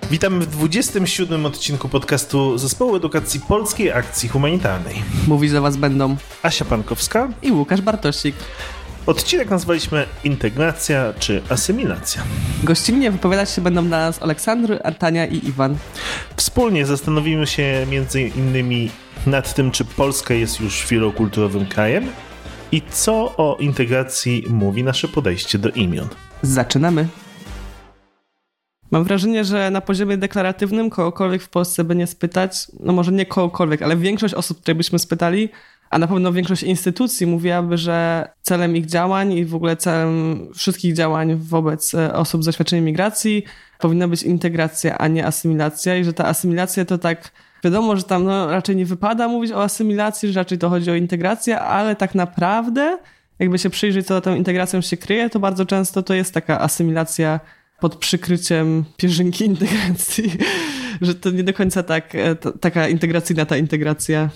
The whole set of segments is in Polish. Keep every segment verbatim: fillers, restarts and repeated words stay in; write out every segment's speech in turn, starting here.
Witamy w dwudziestym siódmym odcinku podcastu Zespołu Edukacji Polskiej Akcji Humanitarnej. Mówić do Was będą Asia Pankowska i Łukasz Bartosik. Odcinek nazwaliśmy Integracja czy Asymilacja. Gościnnie wypowiadać się będą dla nas Aleksandr, Tania i Iwan. Wspólnie zastanowimy się między innymi nad tym, czy Polska jest już wielokulturowym krajem i co o integracji mówi nasze podejście do imion. Zaczynamy. Mam wrażenie, że na poziomie deklaratywnym kogokolwiek w Polsce by nie spytać, no może nie kogokolwiek, ale większość osób, które byśmy spytali, a na pewno większość instytucji mówiłaby, że celem ich działań i w ogóle celem wszystkich działań wobec osób z doświadczeniem migracji powinna być integracja, a nie asymilacja i że ta asymilacja to tak, wiadomo, że tam no, raczej nie wypada mówić o asymilacji, że raczej to chodzi o integrację, ale tak naprawdę jakby się przyjrzeć, co za tą integracją się kryje, to bardzo często to jest taka asymilacja pod przykryciem pierzynki integracji, że to nie do końca tak, to, taka integracyjna ta integracja.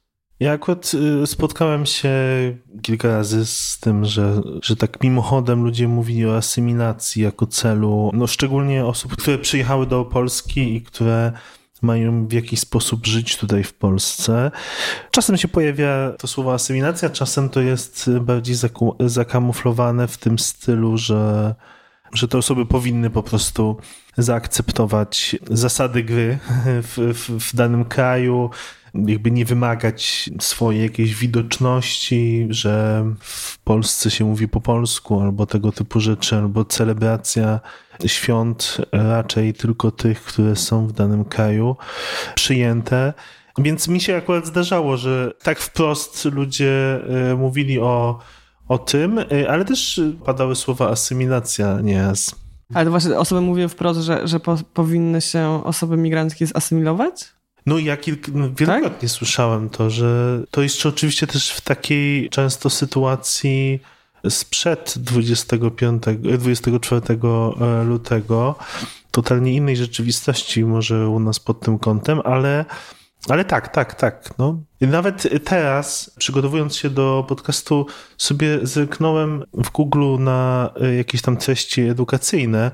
Ja akurat spotkałem się kilka razy z tym, że, że tak mimochodem ludzie mówili o asymilacji jako celu, no szczególnie osób, które przyjechały do Polski i które mają w jakiś sposób żyć tutaj w Polsce. Czasem się pojawia to słowo asymilacja, czasem to jest bardziej zaku- zakamuflowane w tym stylu, że że te osoby powinny po prostu zaakceptować zasady gry w, w, w danym kraju, jakby nie wymagać swojej jakiejś widoczności, że w Polsce się mówi po polsku, albo tego typu rzeczy, albo celebracja świąt raczej tylko tych, które są w danym kraju przyjęte. Więc mi się akurat zdarzało, że tak wprost ludzie mówili o o tym, ale też padały słowa asymilacja nieraz. Ale to właśnie osoby mówiły wprost, że, że po, powinny się osoby migranckie zasymilować? No ja kilk, no, wielokrotnie tak? słyszałem to, że to jest oczywiście też w takiej często sytuacji sprzed dwudziestego piątego, dwudziestego czwartego lutego, totalnie innej rzeczywistości może u nas pod tym kątem, ale Ale tak, tak, tak. No. Nawet teraz, przygotowując się do podcastu, sobie zerknąłem w Google na jakieś tam treści edukacyjne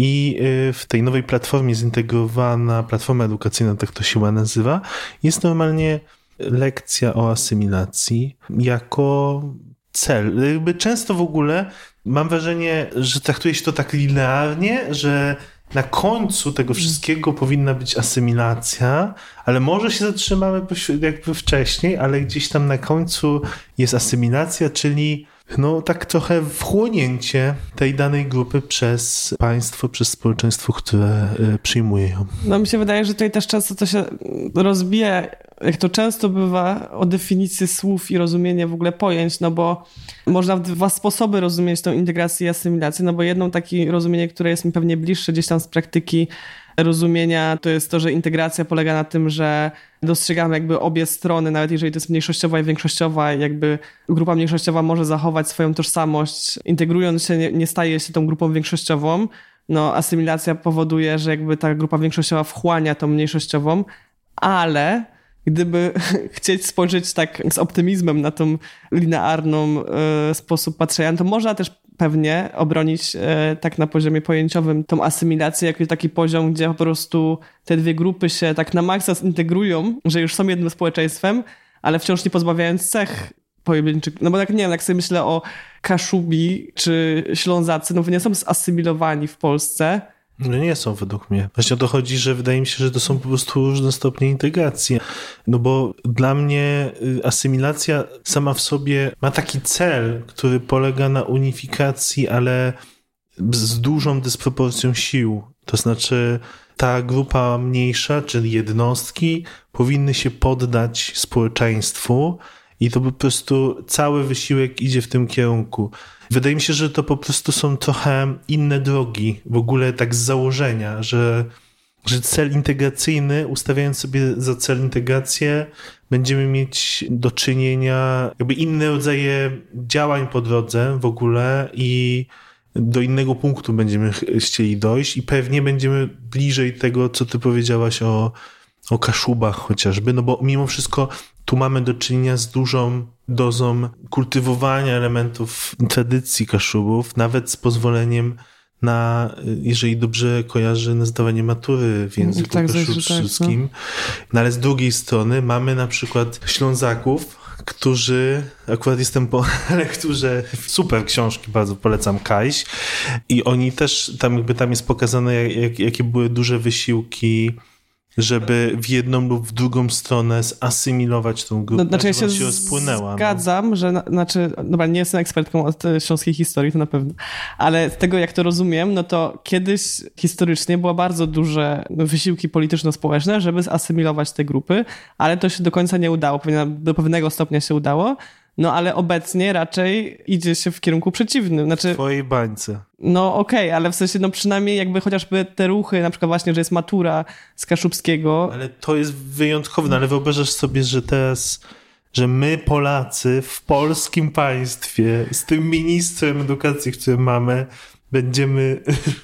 i w tej nowej platformie zintegrowana platforma edukacyjna, tak to się chyba nazywa, jest normalnie lekcja o asymilacji jako cel. Jakby często w ogóle mam wrażenie, że traktuje się to tak linearnie, że na końcu tego wszystkiego powinna być asymilacja, ale może się zatrzymamy jakby wcześniej, ale gdzieś tam na końcu jest asymilacja, czyli no tak trochę wchłonięcie tej danej grupy przez państwo, przez społeczeństwo, które przyjmuje ją. No mi się wydaje, że tutaj też często to się rozbija, jak to często bywa, o definicję słów i rozumienie w ogóle pojęć, no bo można w dwa sposoby rozumieć tą integrację i asymilację, no bo jedno takie rozumienie, które jest mi pewnie bliższe gdzieś tam z praktyki rozumienia, to jest to, że integracja polega na tym, że dostrzegamy jakby obie strony, nawet jeżeli to jest mniejszościowa i większościowa, jakby grupa mniejszościowa może zachować swoją tożsamość, integrując się nie, nie staje się tą grupą większościową. No asymilacja powoduje, że jakby ta grupa większościowa wchłania tą mniejszościową, ale gdyby chcieć spojrzeć tak z optymizmem na tą linearną y, sposób patrzenia, to można też pewnie obronić e, tak na poziomie pojęciowym tą asymilację jako taki poziom, gdzie po prostu te dwie grupy się tak na maksa zintegrują, że już są jednym społeczeństwem, ale wciąż nie pozbawiając cech pojedynczych. No bo tak nie wiem, jak sobie myślę o Kaszubi czy Ślązacy, no bo nie są zasymilowani w Polsce. No nie są według mnie. Właśnie o to chodzi, że wydaje mi się, że to są po prostu różne stopnie integracji. No bo dla mnie asymilacja sama w sobie ma taki cel, który polega na unifikacji, ale z dużą dysproporcją sił. To znaczy ta grupa mniejsza, czyli jednostki, powinny się poddać społeczeństwu i to po prostu cały wysiłek idzie w tym kierunku. Wydaje mi się, że to po prostu są trochę inne drogi, w ogóle tak z założenia, że, że cel integracyjny, ustawiając sobie za cel integrację, będziemy mieć do czynienia, jakby inne rodzaje działań po drodze w ogóle i do innego punktu będziemy chcieli dojść i pewnie będziemy bliżej tego, co ty powiedziałaś o, o Kaszubach chociażby, no bo mimo wszystko tu mamy do czynienia z dużą dozą kultywowania elementów tradycji Kaszubów, nawet z pozwoleniem na, jeżeli dobrze kojarzę, na zdawanie matury w języku tak, kaszubskim. Tak, no. No ale z drugiej strony mamy na przykład Ślązaków, którzy, akurat jestem po lekturze super książki, bardzo polecam, Kajś, i oni też, tam jakby tam jest pokazane, jak, jak, jakie były duże wysiłki, żeby w jedną lub w drugą stronę zasymilować tą grupę, no, znaczy ja się, się rozpłynęła. Zgadzam, no. że na, znaczy, dobra, nie jestem ekspertką od śląskiej historii, to na pewno, ale z tego, jak to rozumiem, no to kiedyś historycznie było bardzo duże wysiłki polityczno-społeczne, żeby zasymilować te grupy, ale to się do końca nie udało, do pewnego stopnia się udało, no ale obecnie raczej idzie się w kierunku przeciwnym. Znaczy, w twojej bańce. No okej, okay, ale w sensie no przynajmniej jakby chociażby te ruchy, na przykład właśnie, że jest matura z kaszubskiego. Ale to jest wyjątkowe, no, ale wyobrażasz sobie, że teraz, że my Polacy w polskim państwie z tym ministrem edukacji, który mamy, będziemy...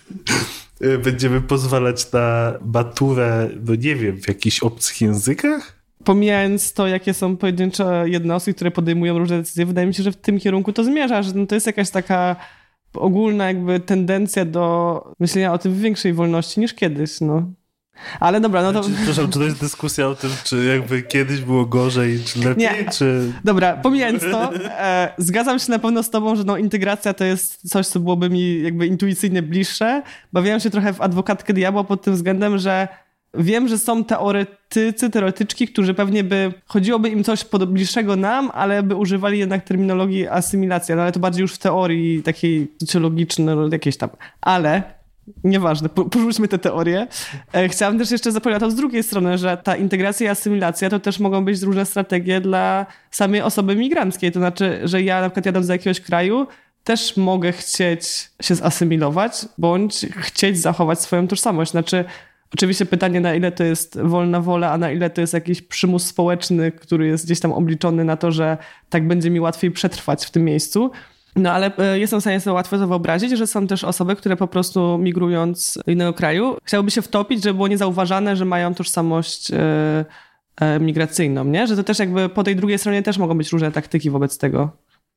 będziemy pozwalać na maturę, no nie wiem, w jakichś obcych językach? Pomijając to, jakie są pojedyncze jednostki, które podejmują różne decyzje, wydaje mi się, że w tym kierunku to zmierza, że no to jest jakaś taka ogólna jakby tendencja do myślenia o tym w większej wolności niż kiedyś, no. Ale dobra, no to... Znaczy, przepraszam, czy to jest dyskusja o tym, czy jakby kiedyś było gorzej, czy lepiej, nie. czy... Dobra, pomijając to, e, zgadzam się na pewno z tobą, że no integracja to jest coś, co byłoby mi jakby intuicyjnie bliższe. Bawiłem się trochę w adwokatkę diabła pod tym względem, że wiem, że są teoretycy, teoretyczki, którzy pewnie by, chodziłoby im coś bliższego nam, ale by używali jednak terminologii asymilacja, no ale to bardziej już w teorii takiej socjologicznej, jakiejś tam. Ale nieważne, porzućmy te teorie. Chciałam też jeszcze zapytać to z drugiej strony, że ta integracja i asymilacja to też mogą być różne strategie dla samej osoby migranckiej. To znaczy, że ja na przykład jadąc do jakiegoś kraju też mogę chcieć się zasymilować, bądź chcieć zachować swoją tożsamość. Znaczy, oczywiście pytanie, na ile to jest wolna wola, a na ile to jest jakiś przymus społeczny, który jest gdzieś tam obliczony na to, że tak będzie mi łatwiej przetrwać w tym miejscu. No ale jestem w stanie sobie łatwo to wyobrazić, że są też osoby, które po prostu migrując do innego kraju chciałyby się wtopić, żeby było niezauważane, że mają tożsamość e, e, migracyjną, nie? Że to też jakby po tej drugiej stronie też mogą być różne taktyki wobec tego.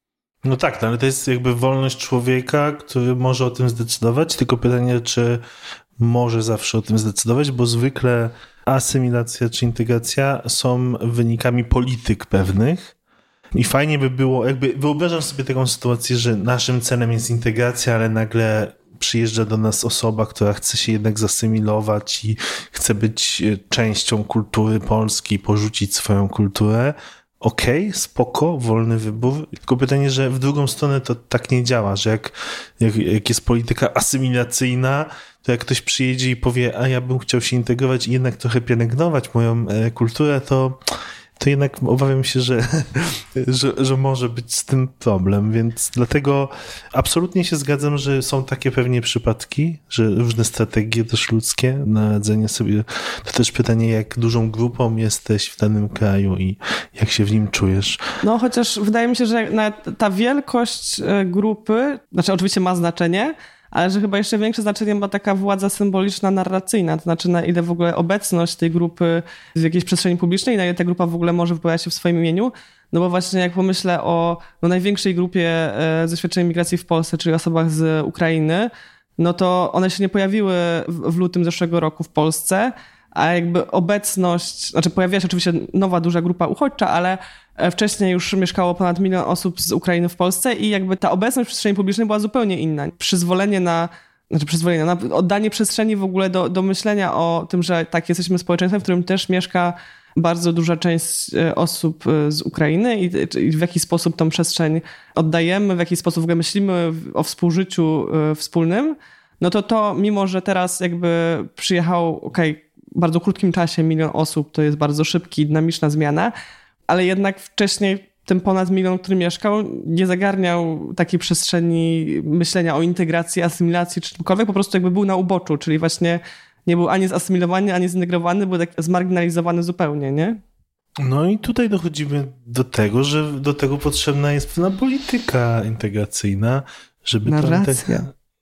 No tak, no ale to jest jakby wolność człowieka, który może o tym zdecydować, tylko pytanie, czy może zawsze o tym zdecydować, bo zwykle asymilacja czy integracja są wynikami polityk pewnych i fajnie by było, jakby wyobrażam sobie taką sytuację, że naszym celem jest integracja, ale nagle przyjeżdża do nas osoba, która chce się jednak zasymilować i chce być częścią kultury polskiej, porzucić swoją kulturę. Okej, okay, spoko, wolny wybór. Tylko pytanie, że w drugą stronę to tak nie działa, że jak, jak, jak jest polityka asymilacyjna, to jak ktoś przyjedzie i powie, a ja bym chciał się integrować i jednak trochę pielęgnować moją e, kulturę, to, to jednak obawiam się, że, że, że może być z tym problem, więc dlatego absolutnie się zgadzam, że są takie pewnie przypadki, że różne strategie też ludzkie na radzenie sobie, to też pytanie, jak dużą grupą jesteś w danym kraju i jak się w nim czujesz. No chociaż wydaje mi się, że ta wielkość grupy, znaczy oczywiście ma znaczenie, ale że chyba jeszcze większe znaczenie ma taka władza symboliczna, narracyjna, to znaczy na ile w ogóle obecność tej grupy w jakiejś przestrzeni publicznej, na ile ta grupa w ogóle może wypowiadać się w swoim imieniu, no bo właśnie jak pomyślę o no, największej grupie ze doświadczeń migracji w Polsce, czyli osobach z Ukrainy, no to one się nie pojawiły w, w lutym zeszłego roku w Polsce, a jakby obecność, znaczy pojawiła się oczywiście nowa duża grupa uchodźcza, ale wcześniej już mieszkało ponad milion osób z Ukrainy w Polsce i jakby ta obecność w przestrzeni publicznej była zupełnie inna. Przyzwolenie na, znaczy przyzwolenie na oddanie przestrzeni w ogóle do, do myślenia o tym, że tak, jesteśmy społeczeństwem, w którym też mieszka bardzo duża część osób z Ukrainy i, i w jaki sposób tą przestrzeń oddajemy, w jaki sposób w ogóle myślimy o współżyciu wspólnym, no to to, mimo że teraz jakby przyjechało, okej, okay, w bardzo krótkim czasie milion osób, to jest bardzo szybki, dynamiczna zmiana, ale jednak wcześniej ten ponad milion, który mieszkał, nie zagarniał takiej przestrzeni myślenia o integracji, asymilacji czy czymkolwiek, po prostu jakby był na uboczu, czyli właśnie nie był ani zasymilowany, ani zintegrowany, był tak zmarginalizowany zupełnie, nie? No i tutaj dochodzimy do tego, że do tego potrzebna jest pewna polityka integracyjna, żeby... Narracja.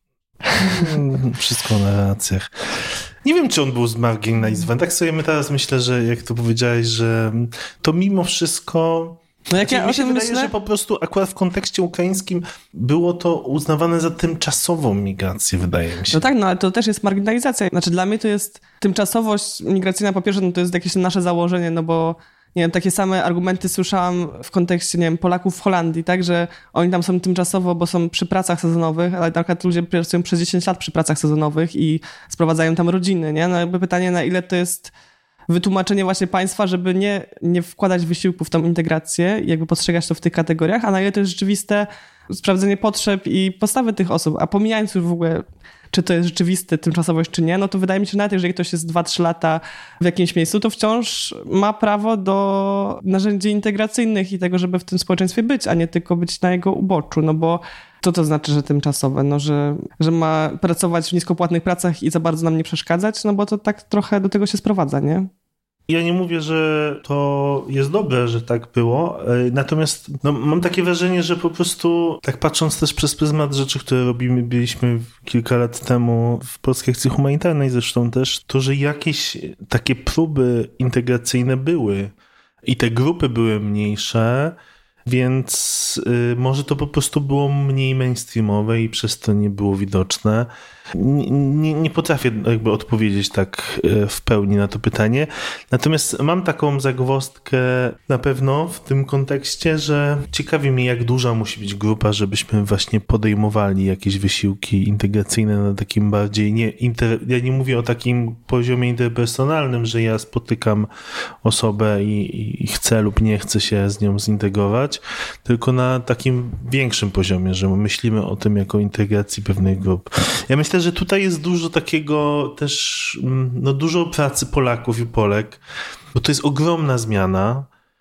Tam te... Wszystko na racjach. Nie wiem, czy on był zmarginalizowany. Tak sobie my teraz myślę, że jak to powiedziałeś, że to mimo wszystko No jak znaczy, ja mi się o tym wydaje, myślę... że po prostu akurat w kontekście ukraińskim było to uznawane za tymczasową migrację, wydaje mi się. No tak, no ale to też jest marginalizacja. Znaczy dla mnie to jest tymczasowość migracyjna, po pierwsze, no to jest jakieś nasze założenie, no bo nie wiem, takie same argumenty słyszałam w kontekście, nie wiem, Polaków w Holandii, tak, że oni tam są tymczasowo, bo są przy pracach sezonowych, ale na przykład ludzie pracują przez dziesięć lat przy pracach sezonowych i sprowadzają tam rodziny, nie? No jakby pytanie, na ile to jest wytłumaczenie właśnie państwa, żeby nie, nie wkładać wysiłku w tą integrację i jakby postrzegać to w tych kategoriach, a na ile to jest rzeczywiste sprawdzenie potrzeb i postawy tych osób, a pomijając już w ogóle, czy to jest rzeczywiste tymczasowość, czy nie, no to wydaje mi się, że nawet jeżeli ktoś jest dwa trzy lata w jakimś miejscu, to wciąż ma prawo do narzędzi integracyjnych i tego, żeby w tym społeczeństwie być, a nie tylko być na jego uboczu, no bo to to znaczy, że tymczasowe, no że, że ma pracować w niskopłatnych pracach i za bardzo nam nie przeszkadzać, no bo to tak trochę do tego się sprowadza, nie? Ja nie mówię, że to jest dobre, że tak było, natomiast no, mam takie wrażenie, że po prostu tak patrząc też przez pryzmat rzeczy, które robimy, byliśmy kilka lat temu w Polskiej Akcji Humanitarnej zresztą też, to, że jakieś takie próby integracyjne były i te grupy były mniejsze, więc y, może to po prostu było mniej mainstreamowe i przez to nie było widoczne. Nie, nie, nie potrafię jakby odpowiedzieć tak y, w pełni na to pytanie. Natomiast mam taką zagwozdkę na pewno w tym kontekście, że ciekawi mnie, jak duża musi być grupa, żebyśmy właśnie podejmowali jakieś wysiłki integracyjne na takim bardziej nie inter... ja nie mówię o takim poziomie interpersonalnym, że ja spotykam osobę i, i chcę lub nie chcę się z nią zintegrować, tylko na takim większym poziomie, że myślimy o tym jako integracji pewnych grup. Ja myślę, że tutaj jest dużo takiego też, no dużo pracy Polaków i Polek, bo to jest ogromna zmiana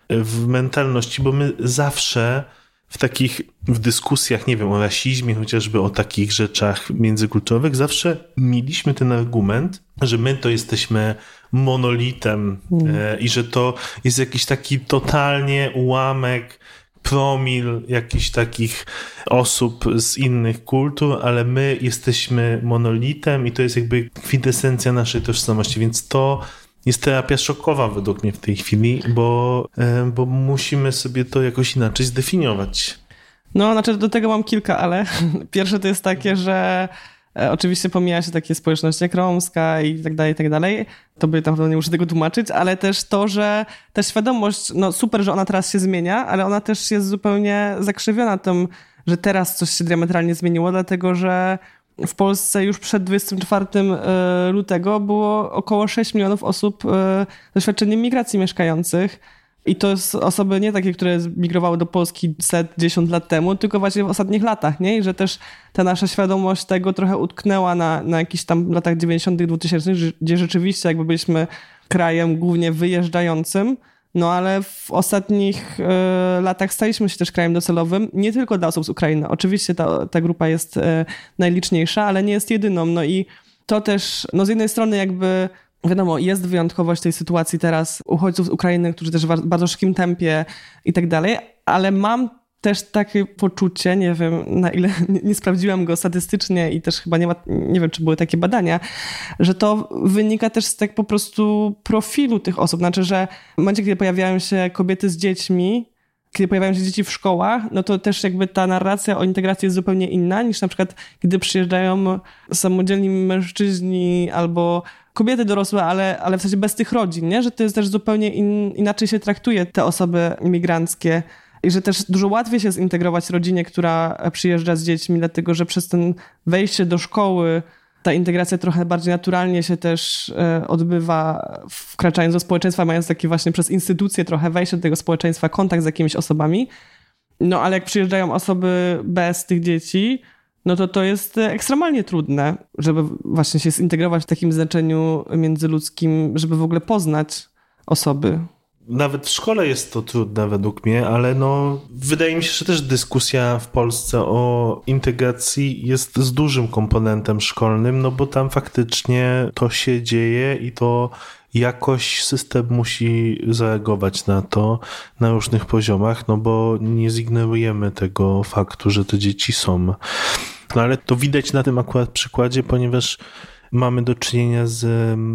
w mentalności, bo my zawsze w takich, w dyskusjach, nie wiem, o rasizmie, chociażby o takich rzeczach międzykulturowych, zawsze mieliśmy ten argument, że my to jesteśmy monolitem mm. e, i że to jest jakiś taki totalnie ułamek, promil jakichś takich osób z innych kultur, ale my jesteśmy monolitem i to jest jakby kwintesencja naszej tożsamości, więc to jest terapia szokowa według mnie w tej chwili, bo, bo musimy sobie to jakoś inaczej zdefiniować. No, znaczy do tego mam kilka, ale pierwsze to jest takie, że e, oczywiście pomija się takie społeczności jak romska i tak dalej, i tak dalej. To by tam nie muszę tego tłumaczyć, ale też to, że ta świadomość, no super, że ona teraz się zmienia, ale ona też jest zupełnie zakrzywiona tym, że teraz coś się diametralnie zmieniło, dlatego że w Polsce już przed dwudziestego czwartego lutego było około sześć milionów osób z doświadczeniem migracji mieszkających. I to jest osoby nie takie, które migrowały do Polski setdziesiąt lat temu, tylko właśnie w ostatnich latach, nie? I że też ta nasza świadomość tego trochę utknęła na, na jakichś tam latach dziewięćdziesiątych, dwutysięcznych, gdzie rzeczywiście jakby byliśmy krajem głównie wyjeżdżającym, no ale w ostatnich y, latach staliśmy się też krajem docelowym, nie tylko dla osób z Ukrainy. Oczywiście ta, ta grupa jest y, najliczniejsza, ale nie jest jedyną. No i to też, no z jednej strony jakby wiadomo, jest wyjątkowość tej sytuacji teraz uchodźców z Ukrainy, którzy też w bardzo szybkim tempie i tak dalej, ale mam też takie poczucie, nie wiem na ile, nie, nie sprawdziłam go statystycznie i też chyba nie ma, nie wiem czy były takie badania, że to wynika też z tak po prostu profilu tych osób. Znaczy, że w momencie, kiedy pojawiają się kobiety z dziećmi, kiedy pojawiają się dzieci w szkołach, no to też jakby ta narracja o integracji jest zupełnie inna niż na przykład, kiedy przyjeżdżają samodzielni mężczyźni albo kobiety dorosłe, ale, ale w zasadzie bez tych rodzin, nie? Że to jest też zupełnie in, inaczej się traktuje te osoby imigranckie i że też dużo łatwiej się zintegrować rodzinie, która przyjeżdża z dziećmi, dlatego że przez ten wejście do szkoły ta integracja trochę bardziej naturalnie się też e, odbywa, wkraczając do społeczeństwa, mając taki właśnie przez instytucje trochę wejście do tego społeczeństwa, kontakt z jakimiś osobami. No ale jak przyjeżdżają osoby bez tych dzieci, no to to jest ekstremalnie trudne, żeby właśnie się zintegrować w takim znaczeniu międzyludzkim, żeby w ogóle poznać osoby. Nawet w szkole jest to trudne według mnie, ale no wydaje mi się, że też dyskusja w Polsce o integracji jest z dużym komponentem szkolnym, no bo tam faktycznie to się dzieje i to jakoś system musi zareagować na to na różnych poziomach, no bo nie zignorujemy tego faktu, że te dzieci są. No ale to widać na tym akurat przykładzie, ponieważ mamy do czynienia z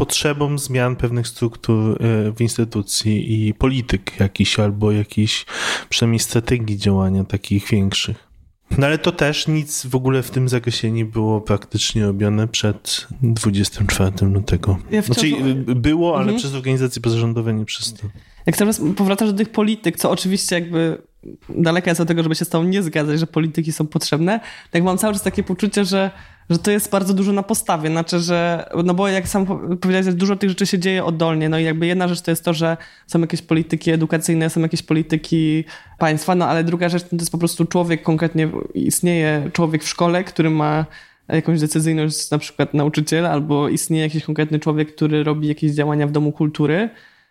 potrzebą zmian pewnych struktur w instytucji i polityk jakiś, albo jakiejś przynajmniej strategii działania takich większych. No ale to też nic w ogóle w tym zakresie nie było praktycznie robione przed dwudziestego czwartego lutego. Ja wciąż... Znaczy było, ale mhm. przez organizacje pozarządowe nie przez to. Jak teraz powracasz do tych polityk, co oczywiście jakby daleka jest od tego, żeby się z tobą nie zgadzać, że polityki są potrzebne, tak mam cały czas takie poczucie, że, że to jest bardzo dużo na postawie. Znaczy, że, no bo jak sam powiedziałeś, dużo tych rzeczy się dzieje oddolnie. No i jakby jedna rzecz to jest to, że są jakieś polityki edukacyjne, są jakieś polityki państwa, no ale druga rzecz to jest po prostu człowiek, konkretnie istnieje człowiek w szkole, który ma jakąś decyzyjność, na przykład nauczyciel, albo istnieje jakiś konkretny człowiek, który robi jakieś działania w domu kultury.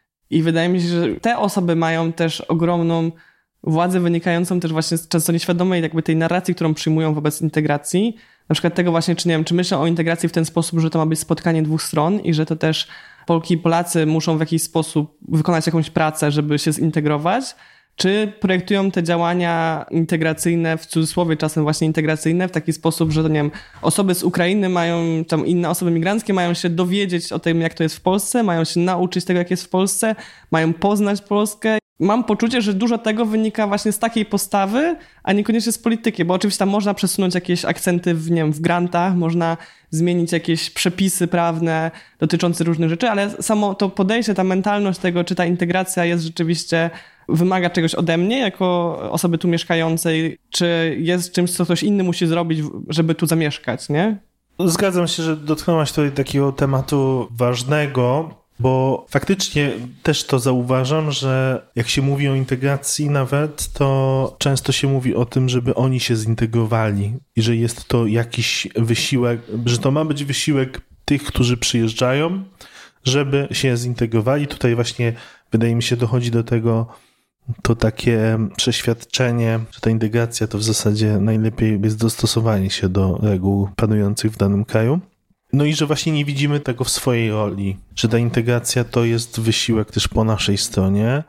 I wydaje mi się, że te osoby mają też ogromną władzę wynikającą też właśnie z często nieświadomej jakby tej narracji, którą przyjmują wobec integracji. Na przykład tego właśnie, czy nie wiem, czy myślę o integracji w ten sposób, że to ma być spotkanie dwóch stron i że to też Polki i Polacy muszą w jakiś sposób wykonać jakąś pracę, żeby się zintegrować, czy projektują te działania integracyjne, w cudzysłowie czasem właśnie integracyjne, w taki sposób, że to nie wiem, osoby z Ukrainy mają, tam inne osoby migranckie mają się dowiedzieć o tym, jak to jest w Polsce, mają się nauczyć tego, jak jest w Polsce, mają poznać Polskę. Mam poczucie, że dużo tego wynika właśnie z takiej postawy, a niekoniecznie z polityki, bo oczywiście tam można przesunąć jakieś akcenty w, nie wiem, w grantach, można zmienić jakieś przepisy prawne dotyczące różnych rzeczy, ale samo to podejście, ta mentalność tego, czy ta integracja jest rzeczywiście, wymaga czegoś ode mnie jako osoby tu mieszkającej, czy jest czymś, co ktoś inny musi zrobić, żeby tu zamieszkać, nie? Zgadzam się, że dotknęłaś tutaj takiego tematu ważnego, bo faktycznie też to zauważam, że jak się mówi o integracji nawet, to często się mówi o tym, żeby oni się zintegrowali i że jest to jakiś wysiłek, że to ma być wysiłek tych, którzy przyjeżdżają, żeby się zintegrowali. Tutaj właśnie wydaje mi się dochodzi do tego to takie przeświadczenie, że ta integracja to w zasadzie najlepiej jest dostosowanie się do reguł panujących w danym kraju. No i że właśnie nie widzimy tego w swojej roli, że ta integracja to jest wysiłek też po naszej stronie,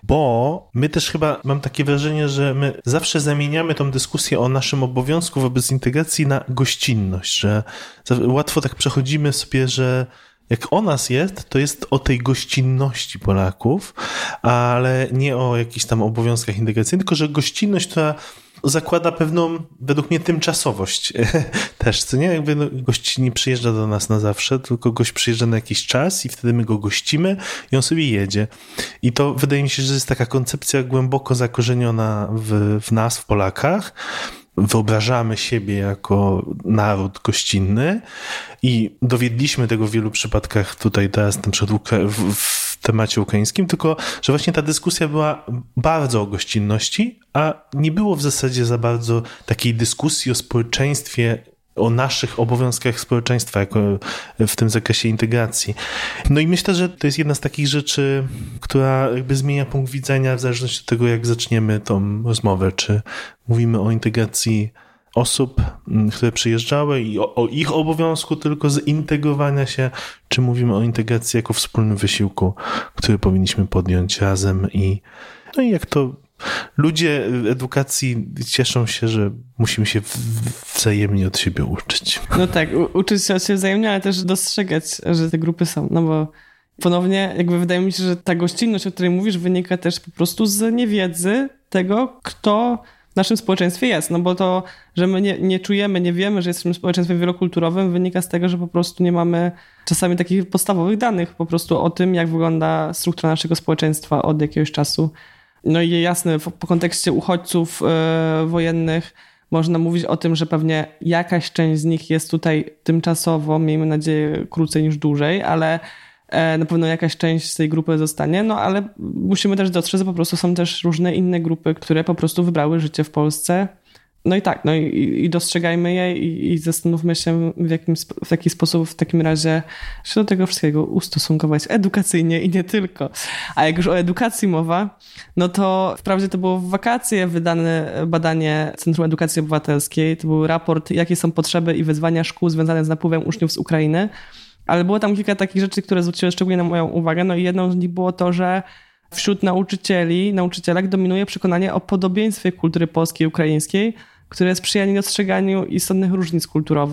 bo my też chyba, mam takie wrażenie, że my zawsze zamieniamy tą dyskusję o naszym obowiązku wobec integracji na gościnność, że łatwo tak przechodzimy sobie, że jak o nas jest, to jest o tej gościnności Polaków, ale nie o jakichś tam obowiązkach integracyjnych, tylko że gościnność, która zakłada pewną, według mnie, tymczasowość też, co nie? Jakby no, gość nie przyjeżdża do nas na zawsze, tylko gość przyjeżdża na jakiś czas i wtedy my go gościmy i on sobie jedzie. I to wydaje mi się, że jest taka koncepcja głęboko zakorzeniona w, w nas, w Polakach. Wyobrażamy siebie jako naród gościnny i dowiedliśmy tego w wielu przypadkach tutaj teraz, na przykład w, w temacie ukraińskim, tylko że właśnie ta dyskusja była bardzo o gościnności, a nie było w zasadzie za bardzo takiej dyskusji o społeczeństwie, o naszych obowiązkach społeczeństwa jako w tym zakresie integracji. No i myślę, że to jest jedna z takich rzeczy, która jakby zmienia punkt widzenia w zależności od tego, jak zaczniemy tą rozmowę, czy mówimy o integracji osób, które przyjeżdżały i o, o ich obowiązku tylko zintegrowania się, czy mówimy o integracji jako wspólnym wysiłku, który powinniśmy podjąć razem i no i jak to ludzie edukacji cieszą się, że musimy się wzajemnie od siebie uczyć. No tak, u- uczyć się od siebie wzajemnie, ale też dostrzegać, że te grupy są, no bo ponownie jakby wydaje mi się, że ta gościnność, o której mówisz, wynika też po prostu z niewiedzy tego, kto w naszym społeczeństwie jest, no bo to, że my nie, nie czujemy, nie wiemy, że jesteśmy społeczeństwem wielokulturowym, wynika z tego, że po prostu nie mamy czasami takich podstawowych danych po prostu o tym, jak wygląda struktura naszego społeczeństwa od jakiegoś czasu. No i jasne, w, po kontekście uchodźców yy, wojennych można mówić o tym, że pewnie jakaś część z nich jest tutaj tymczasowo, miejmy nadzieję krócej niż dłużej, ale e, na pewno jakaś część z tej grupy zostanie, no ale musimy też dostrzec, że po prostu są też różne inne grupy, które po prostu wybrały życie w Polsce. No i tak, no i, i dostrzegajmy je i, i zastanówmy się w, jakim, w jaki sposób w takim razie się do tego wszystkiego ustosunkować edukacyjnie i nie tylko. A jak już o edukacji mowa, no to wprawdzie to było w wakacje wydane badanie Centrum Edukacji Obywatelskiej, to był raport, jakie są potrzeby i wyzwania szkół związane z napływem uczniów z Ukrainy, ale było tam kilka takich rzeczy, które zwróciły szczególnie na moją uwagę, no i jedną z nich było to, że wśród nauczycieli, nauczycielek dominuje przekonanie o podobieństwie kultury polskiej i ukraińskiej, które sprzyja niedostrzeganiu istotnych różnic kulturowych.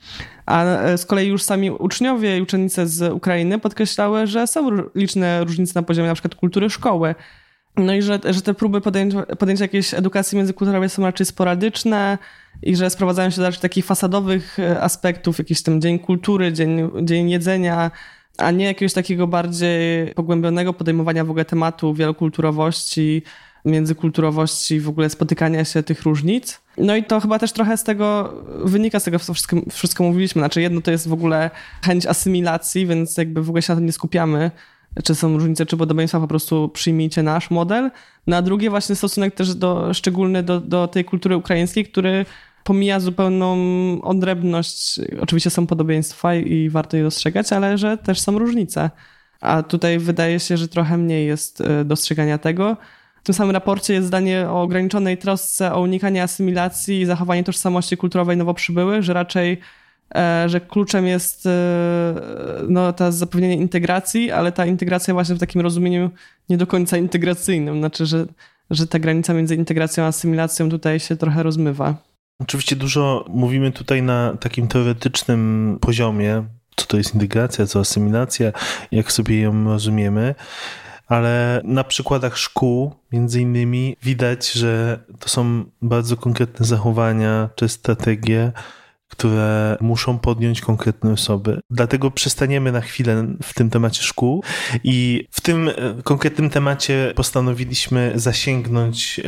A z kolei już sami uczniowie i uczennice z Ukrainy podkreślały, że są liczne różnice na poziomie na przykład kultury szkoły. No i że, że te próby podjęcia, podjęcia jakiejś edukacji międzykulturowej są raczej sporadyczne i że sprowadzają się do raczej takich fasadowych aspektów, jakiś tam dzień kultury, dzień, dzień jedzenia, a nie jakiegoś takiego bardziej pogłębionego podejmowania w ogóle tematu wielokulturowości, międzykulturowości, w ogóle spotykania się tych różnic. No i to chyba też trochę z tego wynika, z tego co wszystko, wszystko mówiliśmy. Znaczy jedno to jest w ogóle chęć asymilacji, więc jakby w ogóle się na tym nie skupiamy, czy są różnice, czy podobieństwa, po prostu przyjmijcie nasz model. No a drugie właśnie stosunek też do, szczególny do, do tej kultury ukraińskiej, który pomija zupełną odrębność. Oczywiście są podobieństwa i warto je dostrzegać, ale że też są różnice. A tutaj wydaje się, że trochę mniej jest dostrzegania tego. W tym samym raporcie jest zdanie o ograniczonej trosce o unikanie asymilacji i zachowanie tożsamości kulturowej nowo przybyłych, że raczej że kluczem jest no, to zapewnienie integracji, ale ta integracja właśnie w takim rozumieniu nie do końca integracyjnym. Znaczy, że, że ta granica między integracją a asymilacją tutaj się trochę rozmywa. Oczywiście dużo mówimy tutaj na takim teoretycznym poziomie, co to jest integracja, co asymilacja, jak sobie ją rozumiemy, ale na przykładach szkół między innymi widać, że to są bardzo konkretne zachowania czy strategie, które muszą podjąć konkretne osoby. Dlatego przestaniemy na chwilę w tym temacie szkół i w tym konkretnym temacie postanowiliśmy zasięgnąć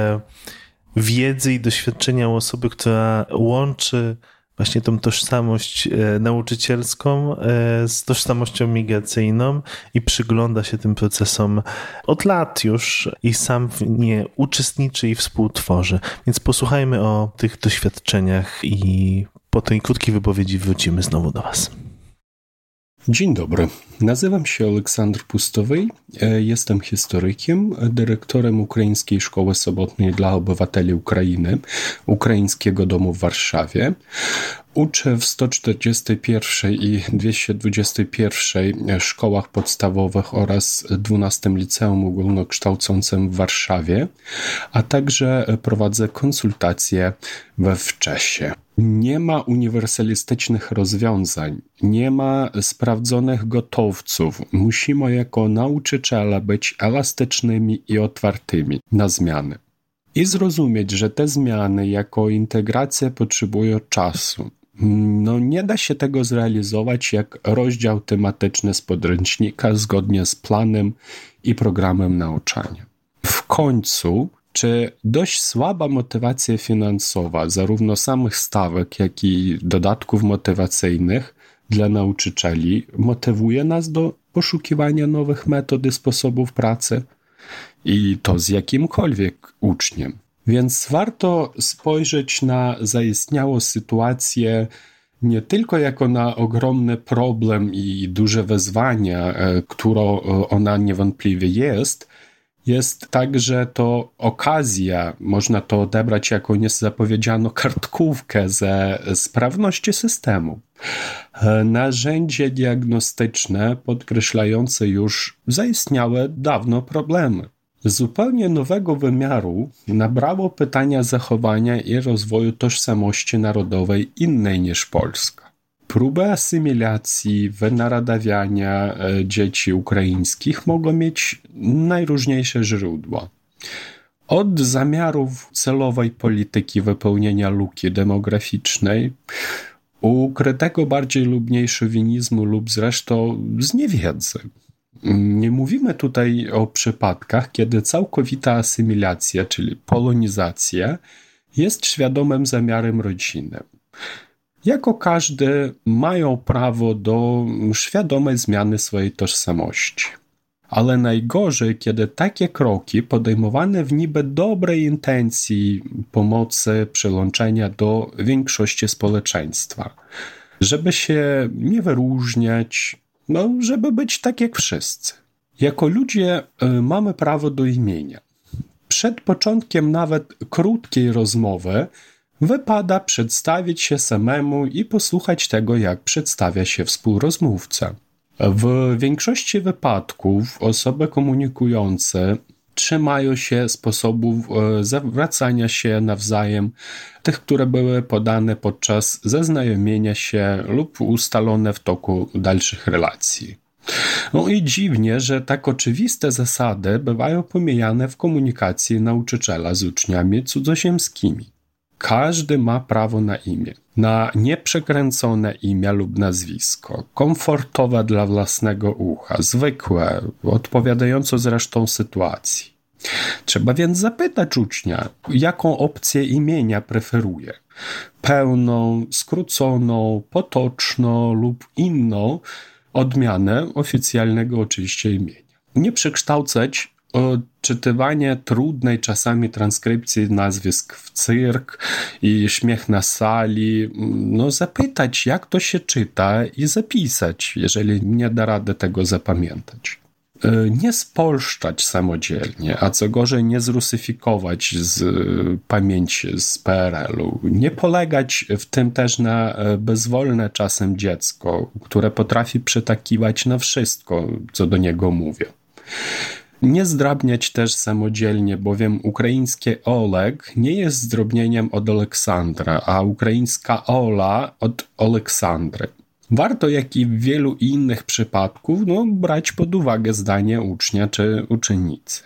wiedzy i doświadczenia osoby, która łączy właśnie tą tożsamość nauczycielską z tożsamością migracyjną i przygląda się tym procesom od lat już i sam w nie uczestniczy i współtworzy. Więc posłuchajmy o tych doświadczeniach i po tej krótkiej wypowiedzi wrócimy znowu do Was. Dzień dobry, nazywam się Aleksander Pustowy, jestem historykiem, dyrektorem Ukraińskiej Szkoły Sobotnej dla Obywateli Ukrainy, Ukraińskiego Domu w Warszawie. Uczę w sto czterdziestej pierwszej i dwieście dwudziestej pierwszej szkołach podstawowych oraz dwunastym liceum ogólnokształcącym w Warszawie, a także prowadzę konsultacje we Wczesie. Nie ma uniwersalistycznych rozwiązań, nie ma sprawdzonych gotowców. Musimy jako nauczyciele być elastycznymi i otwartymi na zmiany. I zrozumieć, że te zmiany jako integracja potrzebują czasu. No nie da się tego zrealizować jak rozdział tematyczny z podręcznika zgodnie z planem i programem nauczania. W końcu, czy dość słaba motywacja finansowa, zarówno samych stawek, jak i dodatków motywacyjnych dla nauczycieli, motywuje nas do poszukiwania nowych metod i sposobów pracy? I to z jakimkolwiek uczniem. Więc warto spojrzeć na zaistniałą sytuację nie tylko jako na ogromny problem i duże wyzwania, którą ona niewątpliwie jest, jest także to okazja, można to odebrać jako niezapowiedzianą kartkówkę ze sprawności systemu. Narzędzie diagnostyczne podkreślające już zaistniałe dawno problemy. Zupełnie nowego wymiaru nabrało pytania zachowania i rozwoju tożsamości narodowej innej niż Polska. Próby asymilacji, wynaradawiania dzieci ukraińskich mogą mieć najróżniejsze źródła. Od zamiarów celowej polityki wypełnienia luki demograficznej, ukrytego bardziej lub mniej szowinizmu lub zresztą z niewiedzy. Nie mówimy tutaj o przypadkach, kiedy całkowita asymilacja, czyli polonizacja, jest świadomym zamiarem rodziny. Jako każdy mają prawo do świadomej zmiany swojej tożsamości. Ale najgorzej, kiedy takie kroki podejmowane w niby dobrej intencji pomocy, przyłączenia do większości społeczeństwa, żeby się nie wyróżniać, no, żeby być tak jak wszyscy. Jako ludzie y, mamy prawo do imienia. Przed początkiem nawet krótkiej rozmowy wypada przedstawić się samemu i posłuchać tego, jak przedstawia się współrozmówca. W większości wypadków osoby komunikujące trzymają się sposobów zwracania się nawzajem, tych, które były podane podczas zaznajomienia się lub ustalone w toku dalszych relacji. No i dziwnie, że tak oczywiste zasady bywają pomijane w komunikacji nauczyciela z uczniami cudzoziemskimi. Każdy ma prawo na imię, na nieprzekręcone imię lub nazwisko, komfortowe dla własnego ucha, zwykłe, odpowiadające zresztą sytuacji. Trzeba więc zapytać ucznia, jaką opcję imienia preferuje. Pełną, skróconą, potoczną lub inną odmianę oficjalnego oczywiście imienia. Nie przekształcać odczytywanie trudnej czasami transkrypcji nazwisk w cyrk i śmiech na sali, no zapytać, jak to się czyta i zapisać, jeżeli nie da rady tego zapamiętać. Nie spolszczać samodzielnie, a co gorzej nie zrusyfikować z pamięci z P R L-u. Nie polegać w tym też na bezwolne czasem dziecko, które potrafi przytakiwać na wszystko, co do niego mówię. Nie zdrabniać też samodzielnie, bowiem ukraińskie Oleg nie jest zdrobnieniem od Aleksandra, a ukraińska Ola od Aleksandry. Warto, jak i w wielu innych przypadków, no, brać pod uwagę zdanie ucznia czy uczennicy.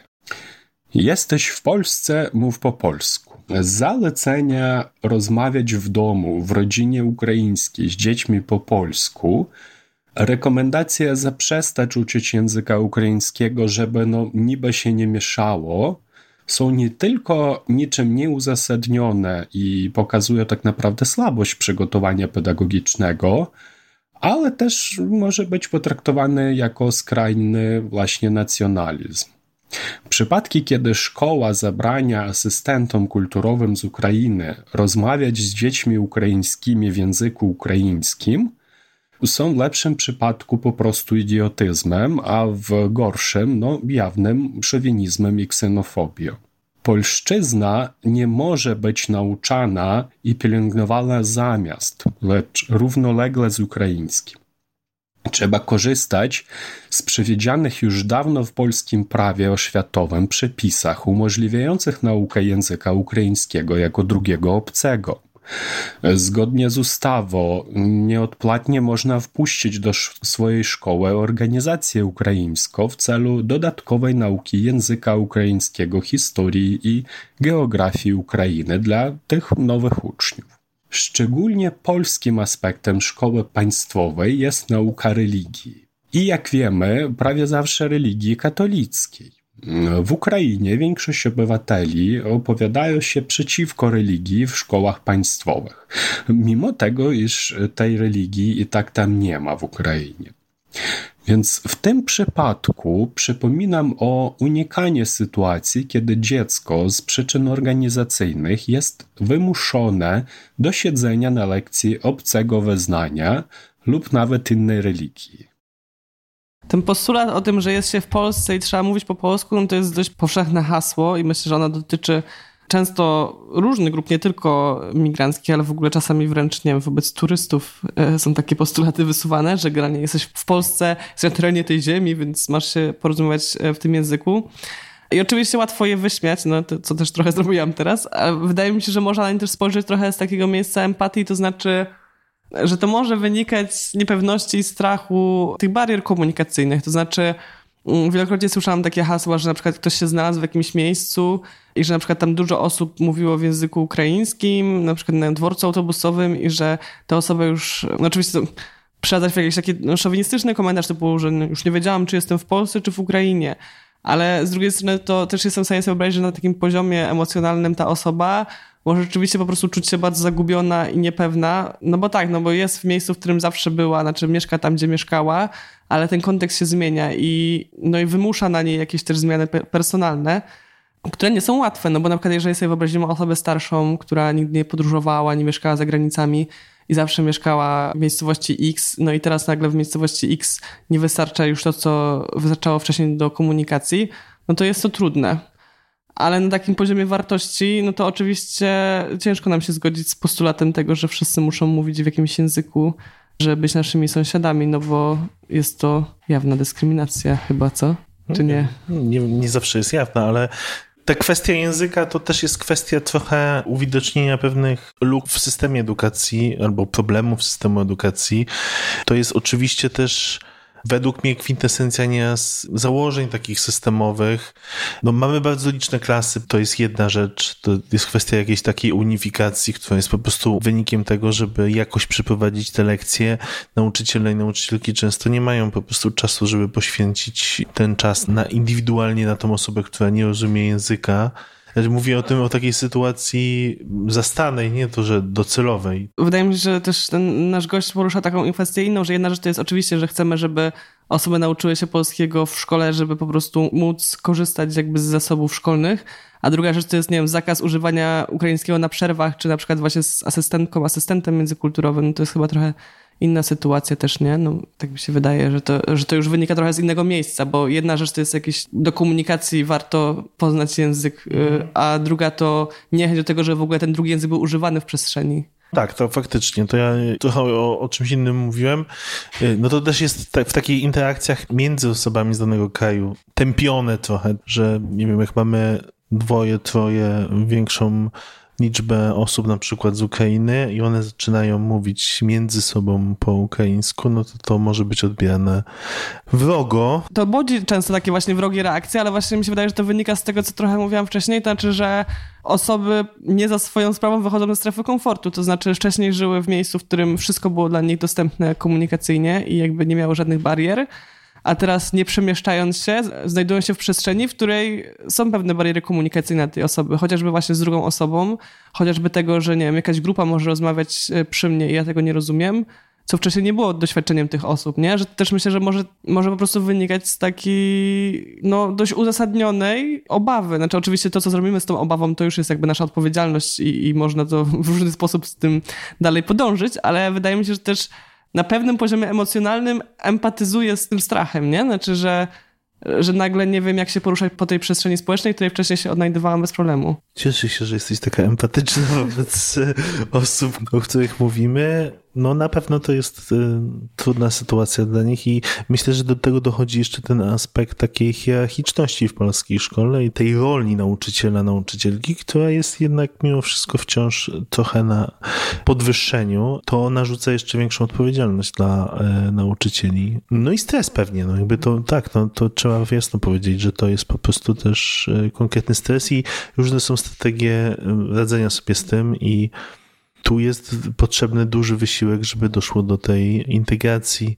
Jesteś w Polsce, mów po polsku. Zalecenia rozmawiać w domu, w rodzinie ukraińskiej z dziećmi po polsku. Rekomendacja zaprzestać uczyć języka ukraińskiego, żeby no niby się nie mieszało, są nie tylko niczym nieuzasadnione i pokazują tak naprawdę słabość przygotowania pedagogicznego, ale też może być potraktowane jako skrajny właśnie nacjonalizm. Przypadki, kiedy szkoła zabrania asystentom kulturowym z Ukrainy rozmawiać z dziećmi ukraińskimi w języku ukraińskim, są w lepszym przypadku po prostu idiotyzmem, a w gorszym, no, jawnym szowinizmem i ksenofobią. Polszczyzna nie może być nauczana i pielęgnowana zamiast, lecz równolegle z ukraińskim. Trzeba korzystać z przewidzianych już dawno w polskim prawie oświatowym przepisach umożliwiających naukę języka ukraińskiego jako drugiego obcego. Zgodnie z ustawą nieodpłatnie można wpuścić do swojej szkoły organizację ukraińską w celu dodatkowej nauki języka ukraińskiego, historii i geografii Ukrainy dla tych nowych uczniów. Szczególnie polskim aspektem szkoły państwowej jest nauka religii. I jak wiemy, prawie zawsze religii katolickiej. W Ukrainie większość obywateli opowiadają się przeciwko religii w szkołach państwowych, mimo tego, iż tej religii i tak tam nie ma w Ukrainie. Więc w tym przypadku przypominam o unikaniu sytuacji, kiedy dziecko z przyczyn organizacyjnych jest wymuszone do siedzenia na lekcji obcego wyznania lub nawet innej religii. Ten postulat o tym, że jest się w Polsce i trzeba mówić po polsku, no to jest dość powszechne hasło i myślę, że ono dotyczy często różnych grup, nie tylko migranckich, ale w ogóle czasami wręcz, nie wiem, wobec turystów są takie postulaty wysuwane, że generalnie jesteś w Polsce, jesteś na terenie tej ziemi, więc masz się porozumiewać w tym języku. I oczywiście łatwo je wyśmiać, no to, co też trochę zrobiłam teraz, ale wydaje mi się, że można na nie też spojrzeć trochę z takiego miejsca empatii, to znaczy, że to może wynikać z niepewności i strachu tych barier komunikacyjnych. To znaczy, wielokrotnie słyszałam takie hasła, że na przykład ktoś się znalazł w jakimś miejscu i że na przykład tam dużo osób mówiło w języku ukraińskim, na przykład na dworcu autobusowym i że te osoby już, no oczywiście przydać w jakiś taki no, szowinistyczny komentarz typu, że już nie wiedziałam, czy jestem w Polsce, czy w Ukrainie. Ale z drugiej strony to też jestem w stanie sobie wyobrazić, że na takim poziomie emocjonalnym ta osoba może rzeczywiście po prostu czuć się bardzo zagubiona i niepewna, no bo tak, no bo jest w miejscu, w którym zawsze była, znaczy mieszka tam, gdzie mieszkała, ale ten kontekst się zmienia i, no i wymusza na niej jakieś też zmiany personalne, które nie są łatwe, no bo na przykład jeżeli sobie wyobrazimy osobę starszą, która nigdy nie podróżowała, nie mieszkała za granicami i zawsze mieszkała w miejscowości X, no i teraz nagle w miejscowości X nie wystarcza już to, co wystarczało wcześniej do komunikacji, no to jest to trudne. Ale na takim poziomie wartości, no to oczywiście ciężko nam się zgodzić z postulatem tego, że wszyscy muszą mówić w jakimś języku, żeby być naszymi sąsiadami, no bo jest to jawna dyskryminacja chyba, co? czy nie? Nie, nie zawsze jest jawna, ale ta kwestia języka to też jest kwestia trochę uwidocznienia pewnych luk w systemie edukacji albo problemów systemu edukacji. To jest oczywiście też według mnie kwintesencja nie z założeń takich systemowych. No, mamy bardzo liczne klasy, to jest jedna rzecz, to jest kwestia jakiejś takiej unifikacji, która jest po prostu wynikiem tego, żeby jakoś przeprowadzić te lekcje. Nauczyciele i nauczycielki często nie mają po prostu czasu, żeby poświęcić ten czas na indywidualnie na tą osobę, która nie rozumie języka. Mówię o tym, o takiej sytuacji zastanej, nie to, że docelowej. Wydaje mi się, że też ten nasz gość porusza taką kwestię inną, że jedna rzecz to jest oczywiście, że chcemy, żeby osoby nauczyły się polskiego w szkole, żeby po prostu móc korzystać jakby z zasobów szkolnych, a druga rzecz to jest, nie wiem, zakaz używania ukraińskiego na przerwach, czy na przykład właśnie z asystentką, asystentem międzykulturowym, no to jest chyba trochę inna sytuacja też, nie? No, tak mi się wydaje, że to, że to już wynika trochę z innego miejsca, bo jedna rzecz to jest jakieś do komunikacji warto poznać język, a druga to niechęć do tego, żeby w ogóle ten drugi język był używany w przestrzeni. Tak, to faktycznie. To ja trochę o, o czymś innym mówiłem. No to też jest w takich interakcjach między osobami z danego kraju tępione trochę, że nie wiem, jak mamy dwoje, troje większą liczbę osób na przykład z Ukrainy i one zaczynają mówić między sobą po ukraińsku, no to to może być odbierane wrogo. To budzi często takie właśnie wrogie reakcje, ale właśnie mi się wydaje, że to wynika z tego, co trochę mówiłam wcześniej, to znaczy, że osoby nie za swoją sprawą wychodzą ze strefy komfortu, to znaczy wcześniej żyły w miejscu, w którym wszystko było dla nich dostępne komunikacyjnie i jakby nie miało żadnych barier, a teraz nie przemieszczając się, znajdują się w przestrzeni, w której są pewne bariery komunikacyjne tej osoby, chociażby właśnie z drugą osobą, chociażby tego, że nie wiem, jakaś grupa może rozmawiać przy mnie i ja tego nie rozumiem, co wcześniej nie było doświadczeniem tych osób, nie? Że też myślę, że może, może po prostu wynikać z takiej, no, dość uzasadnionej obawy. Znaczy oczywiście to, co zrobimy z tą obawą, to już jest jakby nasza odpowiedzialność i, i można to w różny sposób z tym dalej podążyć, ale wydaje mi się, że też na pewnym poziomie emocjonalnym empatyzuję z tym strachem, nie? Znaczy, że, że nagle nie wiem, jak się poruszać po tej przestrzeni społecznej, której wcześniej się odnajdywałam bez problemu. Cieszę się, że jesteś taka empatyczna wobec osób, o których mówimy. No na pewno to jest y, trudna sytuacja dla nich i myślę, że do tego dochodzi jeszcze ten aspekt takiej hierarchiczności w polskiej szkole i tej roli nauczyciela, nauczycielki, która jest jednak mimo wszystko wciąż trochę na podwyższeniu. To narzuca jeszcze większą odpowiedzialność dla y, nauczycieli. No i stres pewnie, no jakby to tak, no to trzeba jasno powiedzieć, że to jest po prostu też y, konkretny stres i różne są strategie radzenia sobie z tym i tu jest potrzebny duży wysiłek, żeby doszło do tej integracji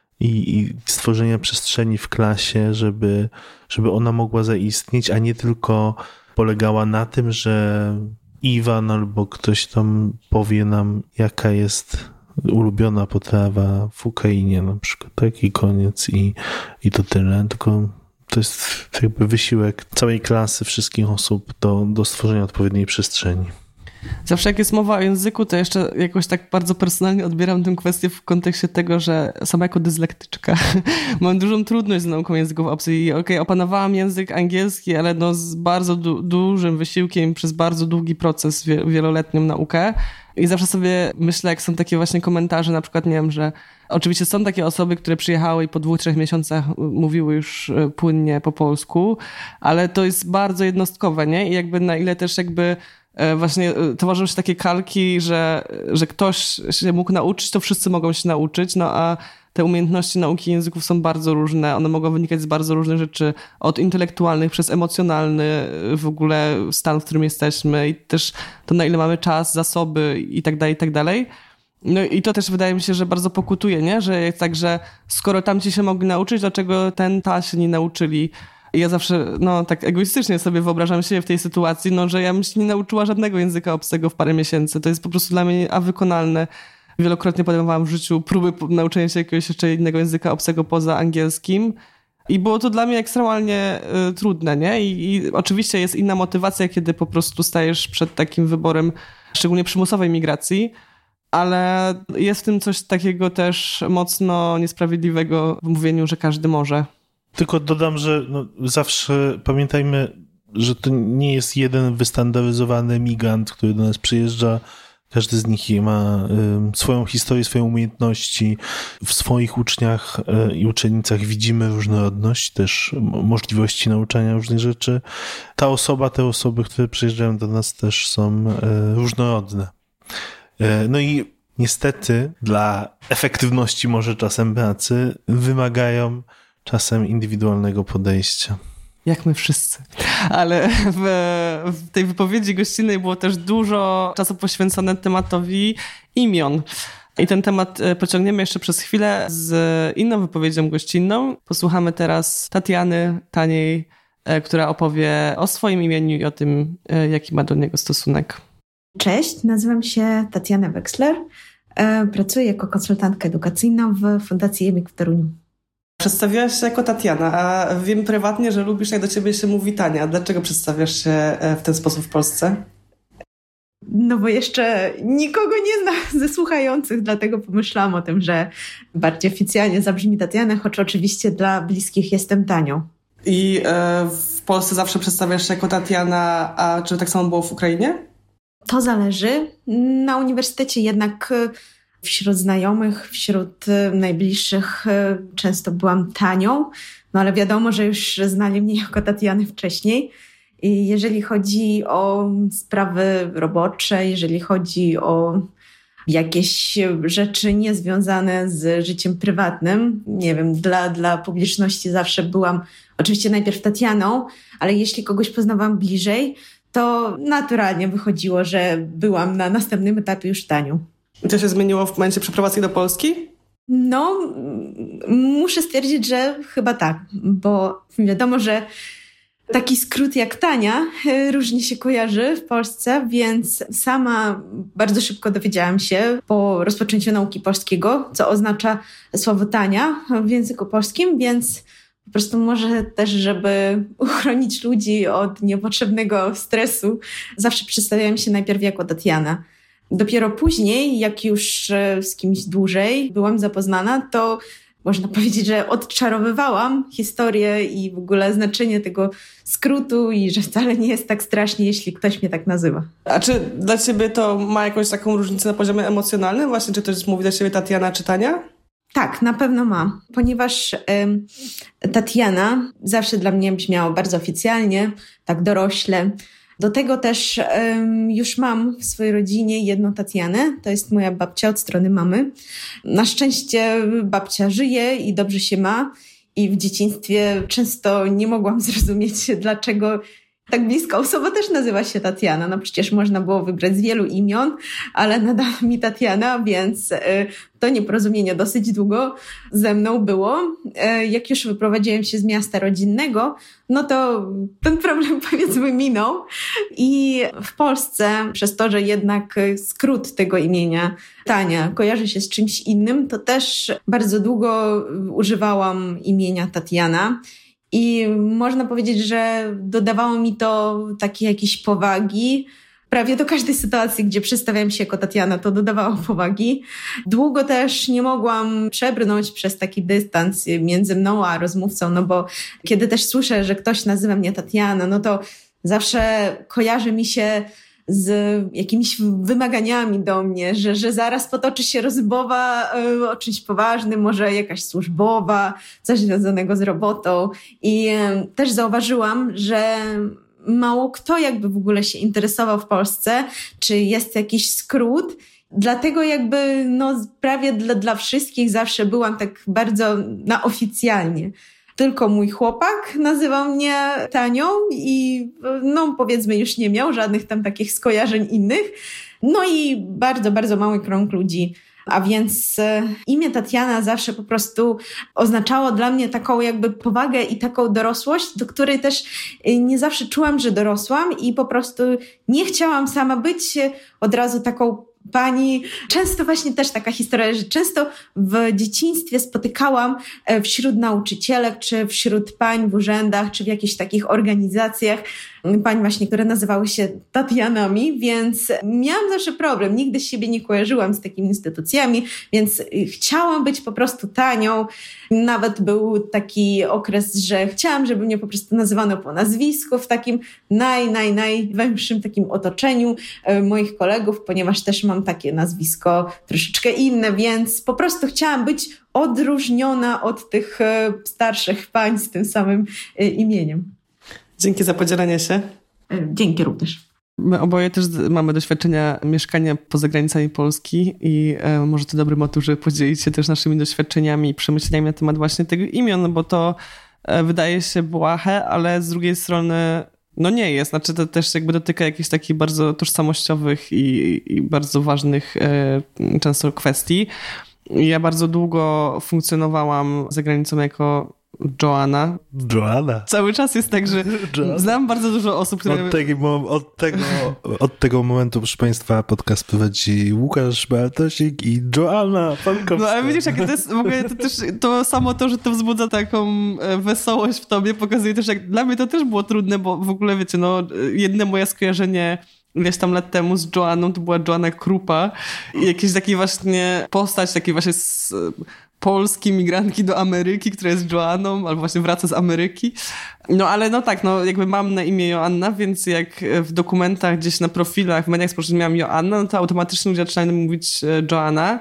i, i stworzenia przestrzeni w klasie, żeby, żeby ona mogła zaistnieć, a nie tylko polegała na tym, że Iwan albo ktoś tam powie nam, jaka jest ulubiona potrawa w Ukrainie na przykład, tak? I koniec i, i to tyle, tylko to jest jakby wysiłek całej klasy, wszystkich osób do, do stworzenia odpowiedniej przestrzeni. Zawsze jak jest mowa o języku, to jeszcze jakoś tak bardzo personalnie odbieram tę kwestię w kontekście tego, że sama jako dyslektyczka mam dużą trudność z nauką języków obcych i okej, okay, opanowałam język angielski, ale no z bardzo du- dużym wysiłkiem przez bardzo długi proces, wie- wieloletnią naukę i zawsze sobie myślę, jak są takie właśnie komentarze, na przykład nie wiem, że oczywiście są takie osoby, które przyjechały i po dwóch, trzech miesiącach mówiły już płynnie po polsku, ale to jest bardzo jednostkowe, nie? I jakby na ile też jakby właśnie tworzą się takie kalki, że, że ktoś się mógł nauczyć, to wszyscy mogą się nauczyć, no a te umiejętności nauki języków są bardzo różne, one mogą wynikać z bardzo różnych rzeczy, od intelektualnych przez emocjonalny w ogóle stan, w którym jesteśmy i też to, na ile mamy czas, zasoby i tak dalej, i tak dalej. No i to też wydaje mi się, że bardzo pokutuje, nie? Że jest tak, że skoro tamci się mogli nauczyć, dlaczego ten, ta się nie nauczyli? I ja zawsze, no tak egoistycznie sobie wyobrażam siebie w tej sytuacji, no że ja bym się nie nauczyła żadnego języka obcego w parę miesięcy. To jest po prostu dla mnie awykonalne. Wielokrotnie podejmowałam w życiu próby nauczenia się jakiegoś jeszcze innego języka obcego poza angielskim. I było to dla mnie ekstremalnie y, trudne, nie? I, I oczywiście jest inna motywacja, kiedy po prostu stajesz przed takim wyborem, szczególnie przymusowej migracji, ale jest w tym coś takiego też mocno niesprawiedliwego w mówieniu, że każdy może. Tylko dodam, że no zawsze pamiętajmy, że to nie jest jeden wystandaryzowany migrant, który do nas przyjeżdża, Każdy z nich ma swoją historię, swoje umiejętności. W swoich uczniach i uczennicach widzimy różnorodność, też możliwości nauczania różnych rzeczy. Ta osoba, te osoby, które przyjeżdżają do nas, też są różnorodne. No i niestety dla efektywności może czasem pracy wymagają czasem indywidualnego podejścia. Jak my wszyscy. Ale w, w tej wypowiedzi gościnnej było też dużo czasu poświęcone tematowi imion. I ten temat pociągniemy jeszcze przez chwilę z inną wypowiedzią gościnną. Posłuchamy teraz Tatiany Taniej, która opowie o swoim imieniu i o tym, jaki ma do niego stosunek. Cześć, nazywam się Tatiana Wexler. Pracuję jako konsultantka edukacyjna w Fundacji Jemik w Toruniu. Przedstawiałaś się jako Tatiana, a wiem prywatnie, że lubisz, jak do ciebie się mówi Tania. Dlaczego przedstawiasz się w ten sposób w Polsce? No bo jeszcze nikogo nie znam ze słuchających, dlatego pomyślałam o tym, że bardziej oficjalnie zabrzmi Tatiana, choć oczywiście dla bliskich jestem Tanią. I e, w Polsce zawsze przedstawiasz się jako Tatiana, a czy tak samo było w Ukrainie? To zależy. Na uniwersytecie jednak wśród znajomych, wśród najbliższych często byłam Tanią, no ale wiadomo, że już znali mnie jako Tatiany wcześniej. I jeżeli chodzi o sprawy robocze, jeżeli chodzi o jakieś rzeczy niezwiązane z życiem prywatnym, nie wiem, dla, dla publiczności zawsze byłam oczywiście najpierw Tatianą, ale jeśli kogoś poznawałam bliżej, to naturalnie wychodziło, że byłam na następnym etapie już Tanią. I to się zmieniło w momencie przeprowadzki do Polski? No, muszę stwierdzić, że chyba tak, bo wiadomo, że taki skrót jak Tania różnie się kojarzy w Polsce, więc sama bardzo szybko dowiedziałam się po rozpoczęciu nauki polskiego, co oznacza słowo Tania w języku polskim, więc po prostu może też, żeby uchronić ludzi od niepotrzebnego stresu, zawsze przedstawiałam się najpierw jako Tatiana. Dopiero później, jak już z kimś dłużej byłam zapoznana, to można powiedzieć, że odczarowywałam historię i w ogóle znaczenie tego skrótu i że wcale nie jest tak strasznie, jeśli ktoś mnie tak nazywa. A czy dla ciebie to ma jakąś taką różnicę na poziomie emocjonalnym? Właśnie, czy ktoś mówi do ciebie Tatiana czy Tania? Tak, na pewno ma, ponieważ y, Tatiana zawsze dla mnie brzmiało bardzo oficjalnie, tak dorośle. Do tego też um, już mam w swojej rodzinie jedną Tatianę, to jest moja babcia od strony mamy. Na szczęście babcia żyje i dobrze się ma i w dzieciństwie często nie mogłam zrozumieć, dlaczego tak bliska osoba też nazywa się Tatiana. No przecież można było wybrać z wielu imion, ale nadano mi Tatiana, więc y, to nieporozumienie dosyć długo ze mną było. Y, jak już wyprowadziłem się z miasta rodzinnego, no to ten problem powiedzmy minął. I w Polsce, przez to, że jednak skrót tego imienia Tania kojarzy się z czymś innym, to też bardzo długo używałam imienia Tatiana. I można powiedzieć, że dodawało mi to takiej jakiejś powagi. Prawie do każdej sytuacji, gdzie przedstawiałam się jako Tatiana, to dodawało powagi. Długo też nie mogłam przebrnąć przez taki dystans między mną a rozmówcą, no bo kiedy też słyszę, że ktoś nazywa mnie Tatiana, no to zawsze kojarzy mi się z jakimiś wymaganiami do mnie, że, że zaraz potoczy się rozmowa y, o czymś poważnym, może jakaś służbowa, coś związanego z robotą. I y, też zauważyłam, że mało kto jakby w ogóle się interesował w Polsce, czy jest jakiś skrót. Dlatego jakby no prawie dla, dla wszystkich zawsze byłam tak bardzo na oficjalnie. Tylko mój chłopak nazywał mnie Tanią i no powiedzmy już nie miał żadnych tam takich skojarzeń innych. No i bardzo, bardzo mały krąg ludzi. A więc imię Tatiana zawsze po prostu oznaczało dla mnie taką jakby powagę i taką dorosłość, do której też nie zawsze czułam, że dorosłam i po prostu nie chciałam sama być od razu taką pani. Często właśnie też taka historia, że często w dzieciństwie spotykałam wśród nauczycielek, czy wśród pań w urzędach, czy w jakichś takich organizacjach pań właśnie, które nazywały się Tatianami, więc miałam zawsze problem. Nigdy siebie nie kojarzyłam z takimi instytucjami, więc chciałam być po prostu Tanią. Nawet był taki okres, że chciałam, żeby mnie po prostu nazywano po nazwisku w takim naj, naj, najwęższym takim otoczeniu moich kolegów, ponieważ też mam takie nazwisko troszeczkę inne, więc po prostu chciałam być odróżniona od tych starszych pań z tym samym imieniem. Dzięki za podzielenie się. Dzięki również. My oboje też mamy doświadczenia mieszkania poza granicami Polski i e, może to dobry motyw, żeby podzielić się też naszymi doświadczeniami i przemyśleniami na temat właśnie tego imion, bo to e, wydaje się błahe, ale z drugiej strony no nie jest. Znaczy to też jakby dotyka jakichś takich bardzo tożsamościowych i, i bardzo ważnych e, często kwestii. Ja bardzo długo funkcjonowałam za granicą jako Joanna. Joanna. Cały czas jest tak, że Joanna. Znam bardzo dużo osób, które... Od tego, od, tego, od tego momentu, proszę Państwa, podcast prowadzi Łukasz Bartosik i Joanna Pankowska. No ale widzisz, jak to jest w ogóle to też to samo to, że to wzbudza taką wesołość w tobie, pokazuje też, jak dla mnie to też było trudne, bo w ogóle wiecie, no jedne moje skojarzenie ileś tam lat temu z Joanną to była Joanna Krupa i jakiś taki właśnie postać takiej właśnie z polskiej migrantki do Ameryki, która jest Joanną, albo właśnie wraca z Ameryki. No ale no tak, no jakby mam na imię Joanna, więc jak w dokumentach gdzieś na profilach, w mediach społecznościowych miałam Joanna, no to automatycznie ludzie zaczynają mówić Joanna.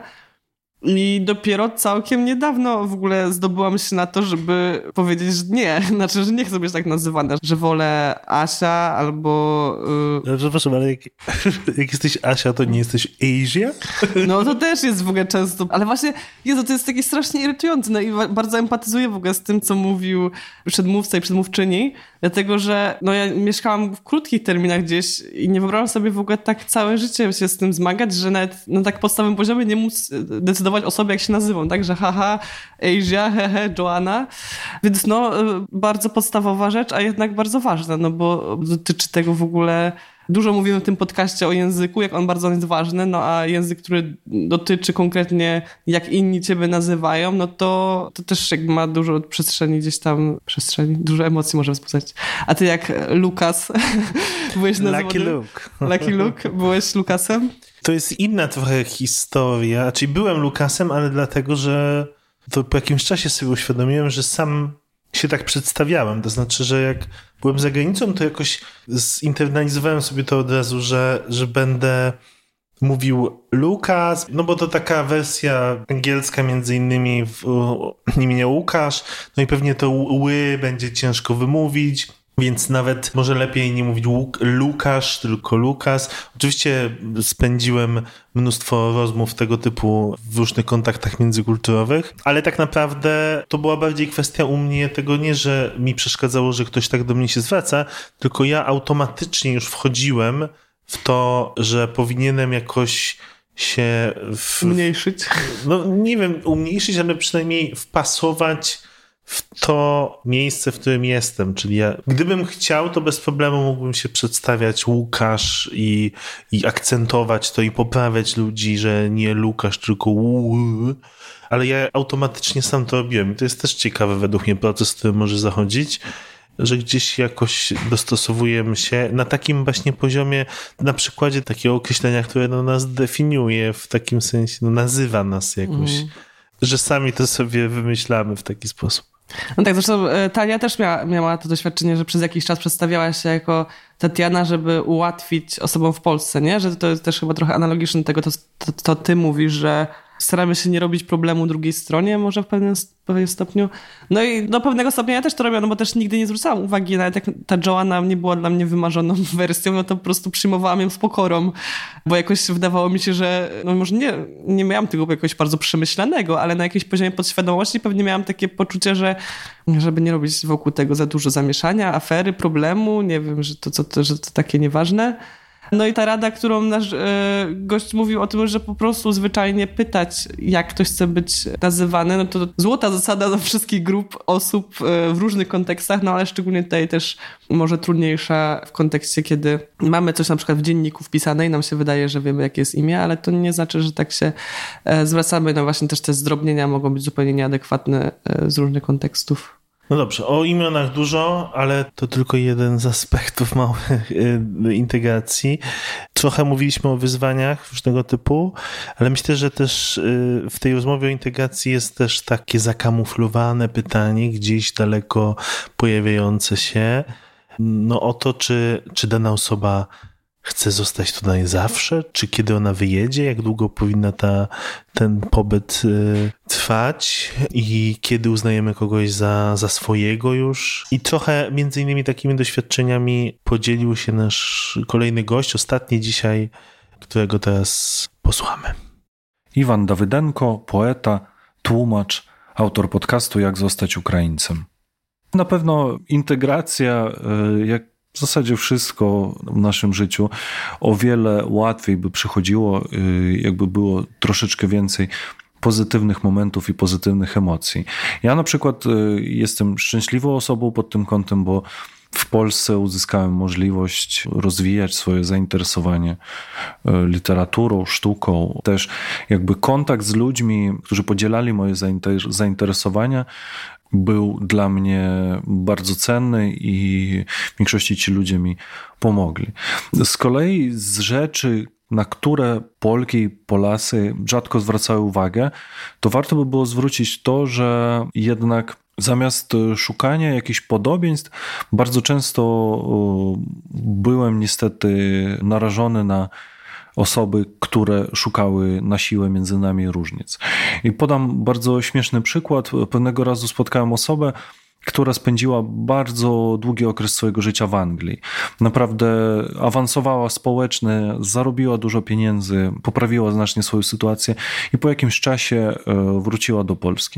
I dopiero całkiem niedawno w ogóle zdobyłam się na to, żeby powiedzieć, że nie. Znaczy, że nie chcę być tak nazywana, że wolę Asia albo... Yy... Przepraszam, ale jak, jak jesteś Asia, to nie jesteś Asia? No to też jest w ogóle często... Ale właśnie, Jezu, to jest takie strasznie irytujące. No i bardzo empatyzuję w ogóle z tym, co mówił przedmówca i przedmówczyni, dlatego, że no ja mieszkałam w krótkich terminach gdzieś i nie wyobrażam sobie w ogóle tak całe życie się z tym zmagać, że nawet na tak podstawowym poziomie nie móc decydować o sobie, jak się nazywam, tak, że haha, Asia, hehe, Joanna. Więc no, bardzo podstawowa rzecz, a jednak bardzo ważna, no bo dotyczy tego w ogóle... Dużo mówimy w tym podcaście o języku, jak on bardzo jest ważny, no a język, który dotyczy konkretnie, jak inni ciebie nazywają, no to, to też jakby ma dużo przestrzeni gdzieś tam, przestrzeni, dużo emocji może wzbudzać. A ty jak Lukas, byłeś nazywany... Lucky Luke. Lucky Luke, byłeś Lukasem? To jest inna trochę historia, czyli byłem Lukasem, ale dlatego, że to po jakimś czasie sobie uświadomiłem, że sam się tak przedstawiałem. To znaczy, że jak byłem za granicą, to jakoś zinternalizowałem sobie to od razu, że, że będę mówił Lukas, no bo to taka wersja angielska między innymi w imienia Łukasz, no i pewnie to ły będzie ciężko wymówić. Więc nawet może lepiej nie mówić Lukasz, tylko Lukas. Oczywiście spędziłem mnóstwo rozmów tego typu w różnych kontaktach międzykulturowych, ale tak naprawdę to była bardziej kwestia u mnie tego nie, że mi przeszkadzało, że ktoś tak do mnie się zwraca, tylko ja automatycznie już wchodziłem w to, że powinienem jakoś się... W, umniejszyć? No nie wiem, umniejszyć, ale przynajmniej wpasować w to miejsce, w którym jestem, czyli ja, gdybym chciał, to bez problemu mógłbym się przedstawiać Łukasz i, i akcentować to i poprawiać ludzi, że nie Lukasz, tylko Ł, ale ja automatycznie sam to robiłem. I to jest też ciekawy według mnie proces, który może zachodzić, że gdzieś jakoś dostosowujemy się na takim właśnie poziomie, na przykładzie takiego określenia, które no nas definiuje, w takim sensie, no nazywa nas jakoś, mm. że sami to sobie wymyślamy w taki sposób. No tak, zresztą Tania też miała, miała to doświadczenie, że przez jakiś czas przedstawiała się jako Tatiana, żeby ułatwić osobom w Polsce, nie? Że to jest też chyba trochę analogiczne do tego, to, to, to ty mówisz, że staramy się nie robić problemu drugiej stronie może w pewnym, pewnym stopniu. No i do pewnego stopnia ja też to robię, no bo też nigdy nie zwracałam uwagi, nawet jak ta Joanna nie była dla mnie wymarzoną wersją, no to po prostu przyjmowałam ją z pokorą, bo jakoś wydawało mi się, że no może nie, nie miałam tego jakoś bardzo przemyślanego, ale na jakimś poziomie podświadomości pewnie miałam takie poczucie, że żeby nie robić wokół tego za dużo zamieszania, afery, problemu, nie wiem, że to, co, to, że to takie nieważne. No i ta rada, którą nasz e, gość mówił o tym, że po prostu zwyczajnie pytać, jak ktoś chce być nazywany, no to złota zasada dla wszystkich grup osób e, w różnych kontekstach, no ale szczególnie tutaj też może trudniejsza w kontekście, kiedy mamy coś na przykład w dzienniku wpisane i nam się wydaje, że wiemy, jakie jest imię, ale to nie znaczy, że tak się e, zwracamy. No właśnie też te zdrobnienia mogą być zupełnie nieadekwatne e, z różnych kontekstów. No dobrze, o imionach dużo, ale to tylko jeden z aspektów małych integracji. Trochę mówiliśmy o wyzwaniach różnego typu, ale myślę, że też w tej rozmowie o integracji jest też takie zakamuflowane pytanie, gdzieś daleko pojawiające się, no o to, czy, czy dana osoba chce zostać tutaj zawsze, czy kiedy ona wyjedzie, jak długo powinna ta, ten pobyt y, trwać i kiedy uznajemy kogoś za, za swojego już. I trochę między innymi takimi doświadczeniami podzielił się nasz kolejny gość, ostatni dzisiaj, którego teraz posłuchamy. Iwan Dawydenko, poeta, tłumacz, autor podcastu Jak zostać Ukraińcem. Na pewno integracja, jak w zasadzie wszystko w naszym życiu, o wiele łatwiej by przychodziło, jakby było troszeczkę więcej pozytywnych momentów i pozytywnych emocji. Ja na przykład jestem szczęśliwą osobą pod tym kątem, bo w Polsce uzyskałem możliwość rozwijać swoje zainteresowanie literaturą, sztuką. Też jakby kontakt z ludźmi, którzy podzielali moje zainteresowania, był dla mnie bardzo cenny i w większości ci ludzie mi pomogli. Z kolei z rzeczy, na które Polki i Polacy rzadko zwracały uwagę, to warto by było zwrócić to, że jednak zamiast szukania jakichś podobieństw, bardzo często byłem niestety narażony na osoby, które szukały na siłę między nami różnic. I podam bardzo śmieszny przykład. Pewnego razu spotkałem osobę, która spędziła bardzo długi okres swojego życia w Anglii. Naprawdę awansowała społecznie, zarobiła dużo pieniędzy, poprawiła znacznie swoją sytuację i po jakimś czasie wróciła do Polski.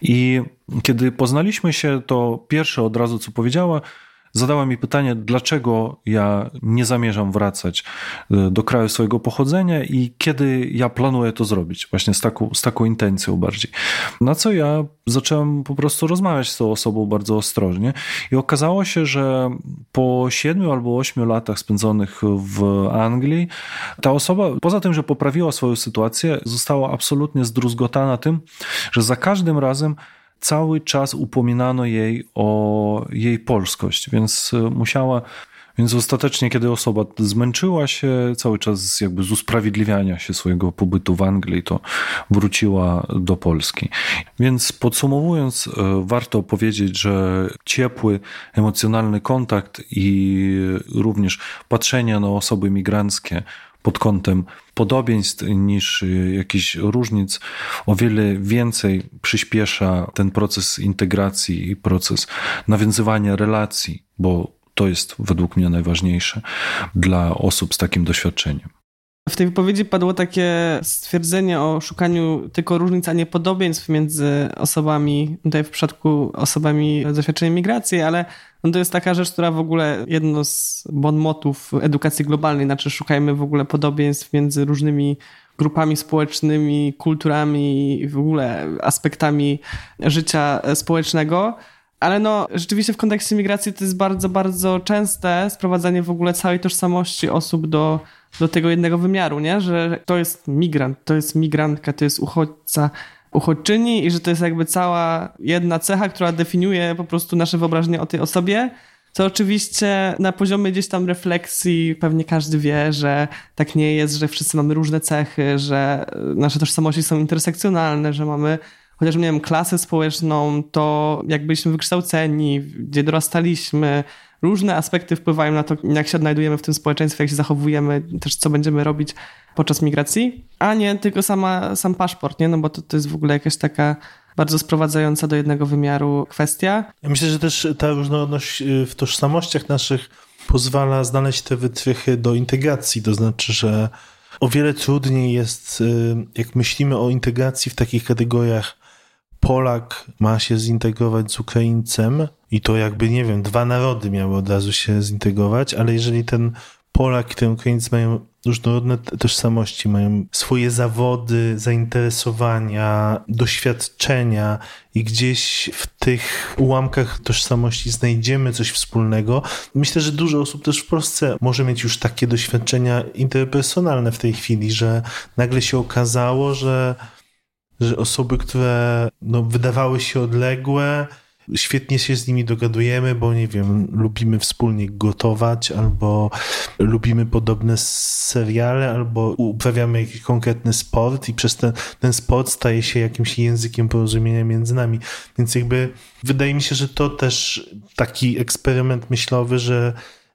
I kiedy poznaliśmy się, to pierwsze od razu, co powiedziała, zadała mi pytanie, dlaczego ja nie zamierzam wracać do kraju swojego pochodzenia i kiedy ja planuję to zrobić, właśnie z taką, z taką intencją bardziej. Na co ja zacząłem po prostu rozmawiać z tą osobą bardzo ostrożnie i okazało się, że po siedmiu albo ośmiu latach spędzonych w Anglii, ta osoba, poza tym, że poprawiła swoją sytuację, została absolutnie zdruzgotana tym, że za każdym razem cały czas upominano jej o jej polskość, więc musiała, więc ostatecznie, kiedy osoba zmęczyła się cały czas jakby z usprawiedliwiania się swojego pobytu w Anglii, to wróciła do Polski. Więc podsumowując, warto powiedzieć, że ciepły, emocjonalny kontakt i również patrzenie na osoby migranckie pod kątem podobieństw niż jakichś różnic o wiele więcej przyspiesza ten proces integracji i proces nawiązywania relacji, bo to jest według mnie najważniejsze dla osób z takim doświadczeniem. W tej wypowiedzi padło takie stwierdzenie o szukaniu tylko różnic, a nie podobieństw między osobami, tutaj w przypadku osobami z doświadczeniem migracji, ale no to jest taka rzecz, która w ogóle jedno z bon motów edukacji globalnej, znaczy szukajmy w ogóle podobieństw między różnymi grupami społecznymi, kulturami i w ogóle aspektami życia społecznego. Ale no, rzeczywiście w kontekście migracji to jest bardzo, bardzo częste sprowadzanie w ogóle całej tożsamości osób do, do tego jednego wymiaru, nie? Że to jest migrant, to jest migrantka, to jest uchodźca, uchodźczyni i że to jest jakby cała jedna cecha, która definiuje po prostu nasze wyobrażenie o tej osobie, co oczywiście na poziomie gdzieś tam refleksji pewnie każdy wie, że tak nie jest, że wszyscy mamy różne cechy, że nasze tożsamości są intersekcjonalne, że mamy chociaż nie wiem, klasę społeczną, to jak byliśmy wykształceni, gdzie dorastaliśmy, różne aspekty wpływają na to, jak się odnajdujemy w tym społeczeństwie, jak się zachowujemy, też co będziemy robić podczas migracji, a nie tylko sama, sam paszport, nie? No bo to, to jest w ogóle jakaś taka bardzo sprowadzająca do jednego wymiaru kwestia. Ja myślę, że też ta różnorodność w tożsamościach naszych pozwala znaleźć te wytrychy do integracji, to znaczy, że o wiele trudniej jest, jak myślimy o integracji w takich kategoriach, Polak ma się zintegrować z Ukraińcem i to jakby, nie wiem, dwa narody miały od razu się zintegrować, ale jeżeli ten Polak i ten Ukraińcy mają różnorodne tożsamości, mają swoje zawody, zainteresowania, doświadczenia i gdzieś w tych ułamkach tożsamości znajdziemy coś wspólnego. Myślę, że dużo osób też w Polsce może mieć już takie doświadczenia interpersonalne w tej chwili, że nagle się okazało, że że osoby, które no, wydawały się odległe, świetnie się z nimi dogadujemy, bo nie wiem, lubimy wspólnie gotować, albo lubimy podobne seriale, albo uprawiamy jakiś konkretny sport i przez ten, ten sport staje się jakimś językiem porozumienia między nami. Więc jakby wydaje mi się, że to też taki eksperyment myślowy, że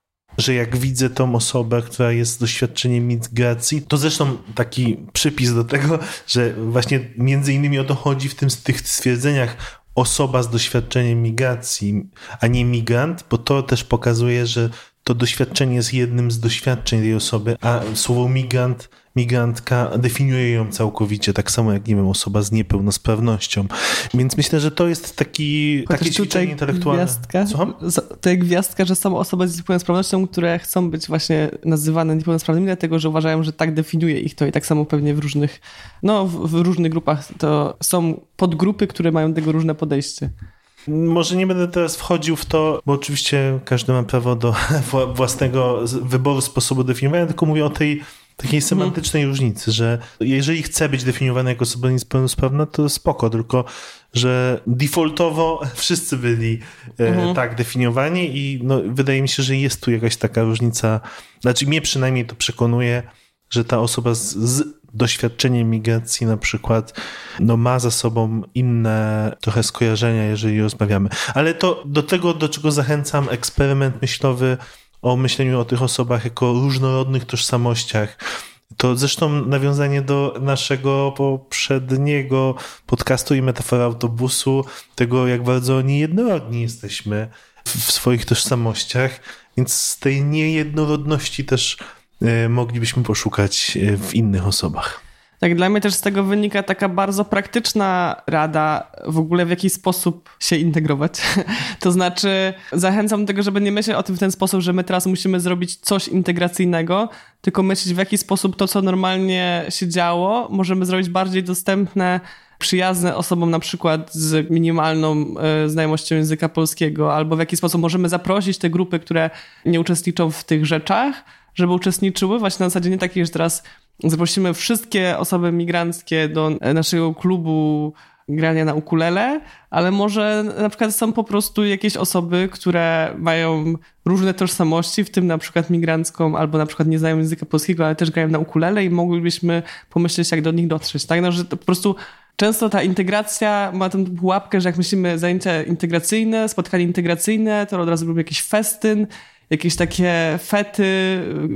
że jak widzę tą osobę, która jest z doświadczeniem migracji, to zresztą taki przypis do tego, że właśnie między innymi o to chodzi w tym, w tych stwierdzeniach osoba z doświadczeniem migracji, a nie migrant, bo to też pokazuje, że to doświadczenie jest jednym z doświadczeń tej osoby, a słowo migrant, migrantka definiuje ją całkowicie, tak samo jak, nie wiem, osoba z niepełnosprawnością. Więc myślę, że to jest taki, takie ćwiczenie intelektualne. Gwiazdka, to jest gwiazdka, że są osoby z niepełnosprawnością, które chcą być właśnie nazywane niepełnosprawnymi, dlatego że uważają, że tak definiuje ich to i tak samo pewnie w różnych, no w, w różnych grupach to są podgrupy, które mają do tego różne podejście. Może nie będę teraz wchodził w to, bo oczywiście każdy ma prawo do własnego wyboru sposobu definiowania, tylko mówię o tej takiej semantycznej hmm. różnicy, że jeżeli chce być definiowany jako osoba niepełnosprawna, to spoko, tylko że defaultowo wszyscy byli hmm. e, tak definiowani i no, wydaje mi się, że jest tu jakaś taka różnica, znaczy mnie przynajmniej to przekonuje, że ta osoba z, z doświadczeniem migracji na przykład no, ma za sobą inne trochę skojarzenia, jeżeli rozmawiamy. Ale to do tego, do czego zachęcam, eksperyment myślowy o myśleniu o tych osobach jako różnorodnych tożsamościach. To zresztą nawiązanie do naszego poprzedniego podcastu i metafora autobusu, tego jak bardzo niejednorodni jesteśmy w swoich tożsamościach, więc z tej niejednorodności też moglibyśmy poszukać w innych osobach. Tak, dla mnie też z tego wynika taka bardzo praktyczna rada w ogóle w jaki sposób się integrować. To znaczy zachęcam do tego, żeby nie myśleć o tym w ten sposób, że my teraz musimy zrobić coś integracyjnego, tylko myśleć w jaki sposób to, co normalnie się działo, możemy zrobić bardziej dostępne, przyjazne osobom na przykład z minimalną y, znajomością języka polskiego, albo w jaki sposób możemy zaprosić te grupy, które nie uczestniczą w tych rzeczach, żeby uczestniczyły właśnie na zasadzie nie takiej, że teraz zaprosimy wszystkie osoby migranckie do naszego klubu grania na ukulele, ale może na przykład są po prostu jakieś osoby, które mają różne tożsamości, w tym na przykład migrancką, albo na przykład nie znają języka polskiego, ale też grają na ukulele i moglibyśmy pomyśleć, jak do nich dotrzeć. Tak? No, że to po prostu często ta integracja ma tę pułapkę, że jak myślimy zajęcia integracyjne, spotkanie integracyjne, to od razu robimy jakiś festyn, jakieś takie fety,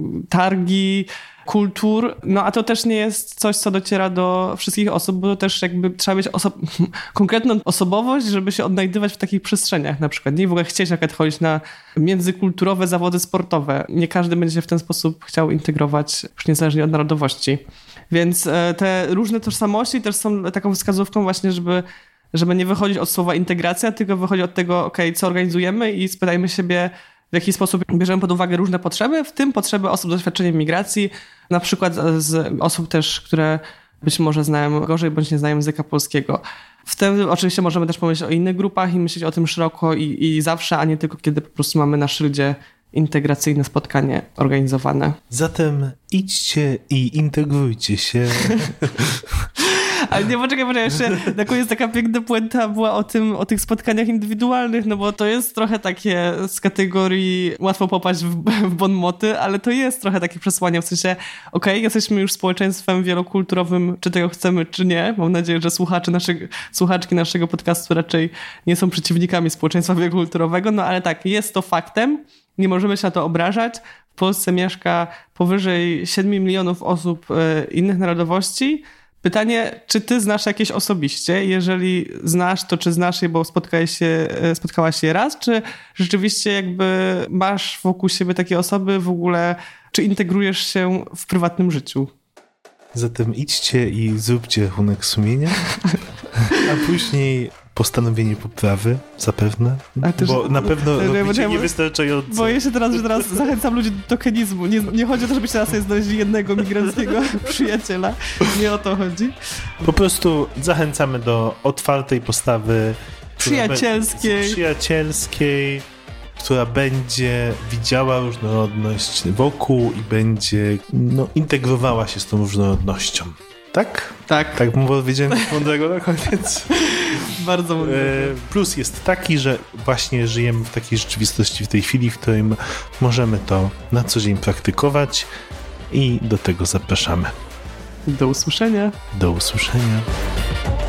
targi, kultur, no a to też nie jest coś, co dociera do wszystkich osób, bo to też jakby trzeba mieć oso- konkretną osobowość, żeby się odnajdywać w takich przestrzeniach na przykład. Nie w ogóle chcieć na przykład chodzić na międzykulturowe zawody sportowe. Nie każdy będzie się w ten sposób chciał integrować, już niezależnie od narodowości. Więc te różne tożsamości też są taką wskazówką właśnie, żeby żeby nie wychodzić od słowa integracja, tylko wychodzić od tego, okej, okay, co organizujemy i spytajmy siebie, w jaki sposób bierzemy pod uwagę różne potrzeby, w tym potrzeby osób z doświadczeniem migracji, na przykład z osób też, które być może znają gorzej bądź nie znają języka polskiego. Wtedy oczywiście możemy też pomyśleć o innych grupach i myśleć o tym szeroko i, i zawsze, a nie tylko kiedy po prostu mamy na szyldzie integracyjne spotkanie organizowane. Zatem idźcie i integrujcie się. Ale nie, poczekaj, poczekaj, jeszcze na koniec taka piękna puenta była o tym, o tych spotkaniach indywidualnych, no bo to jest trochę takie z kategorii łatwo popaść w, w bonmoty, ale to jest trochę takie przesłanie, w sensie okej, okay, jesteśmy już społeczeństwem wielokulturowym, czy tego chcemy, czy nie. Mam nadzieję, że słuchacze naszego, słuchaczki naszego podcastu raczej nie są przeciwnikami społeczeństwa wielokulturowego, no ale tak, jest to faktem, nie możemy się na to obrażać. W Polsce mieszka powyżej siedmiu milionów osób innych narodowości. Pytanie, czy ty znasz jakieś osobiście? Jeżeli znasz, to czy znasz je, bo spotkałeś się, spotkałaś się raz, czy rzeczywiście jakby masz wokół siebie takie osoby w ogóle, czy integrujesz się w prywatnym życiu? Zatem idźcie i zróbcie rachunek sumienia, a później postanowienie poprawy, zapewne, też, bo na pewno no, robicie niewystarczająco. Boję się teraz, że teraz zachęcam ludzi do tokenizmu. Nie, nie chodzi o to, żebyście teraz sobie znaleźli jednego migranckiego przyjaciela. Nie o to chodzi. Po prostu zachęcamy do otwartej postawy przyjacielskiej, przyjacielskiej, która będzie widziała różnorodność wokół i będzie no, integrowała się z tą różnorodnością. Tak? Tak. Tak, bo wiedziałem mądrego na koniec. Bardzo mądrego. Plus jest taki, że właśnie żyjemy w takiej rzeczywistości w tej chwili, w którym możemy to na co dzień praktykować i do tego zapraszamy. Do usłyszenia. Do usłyszenia.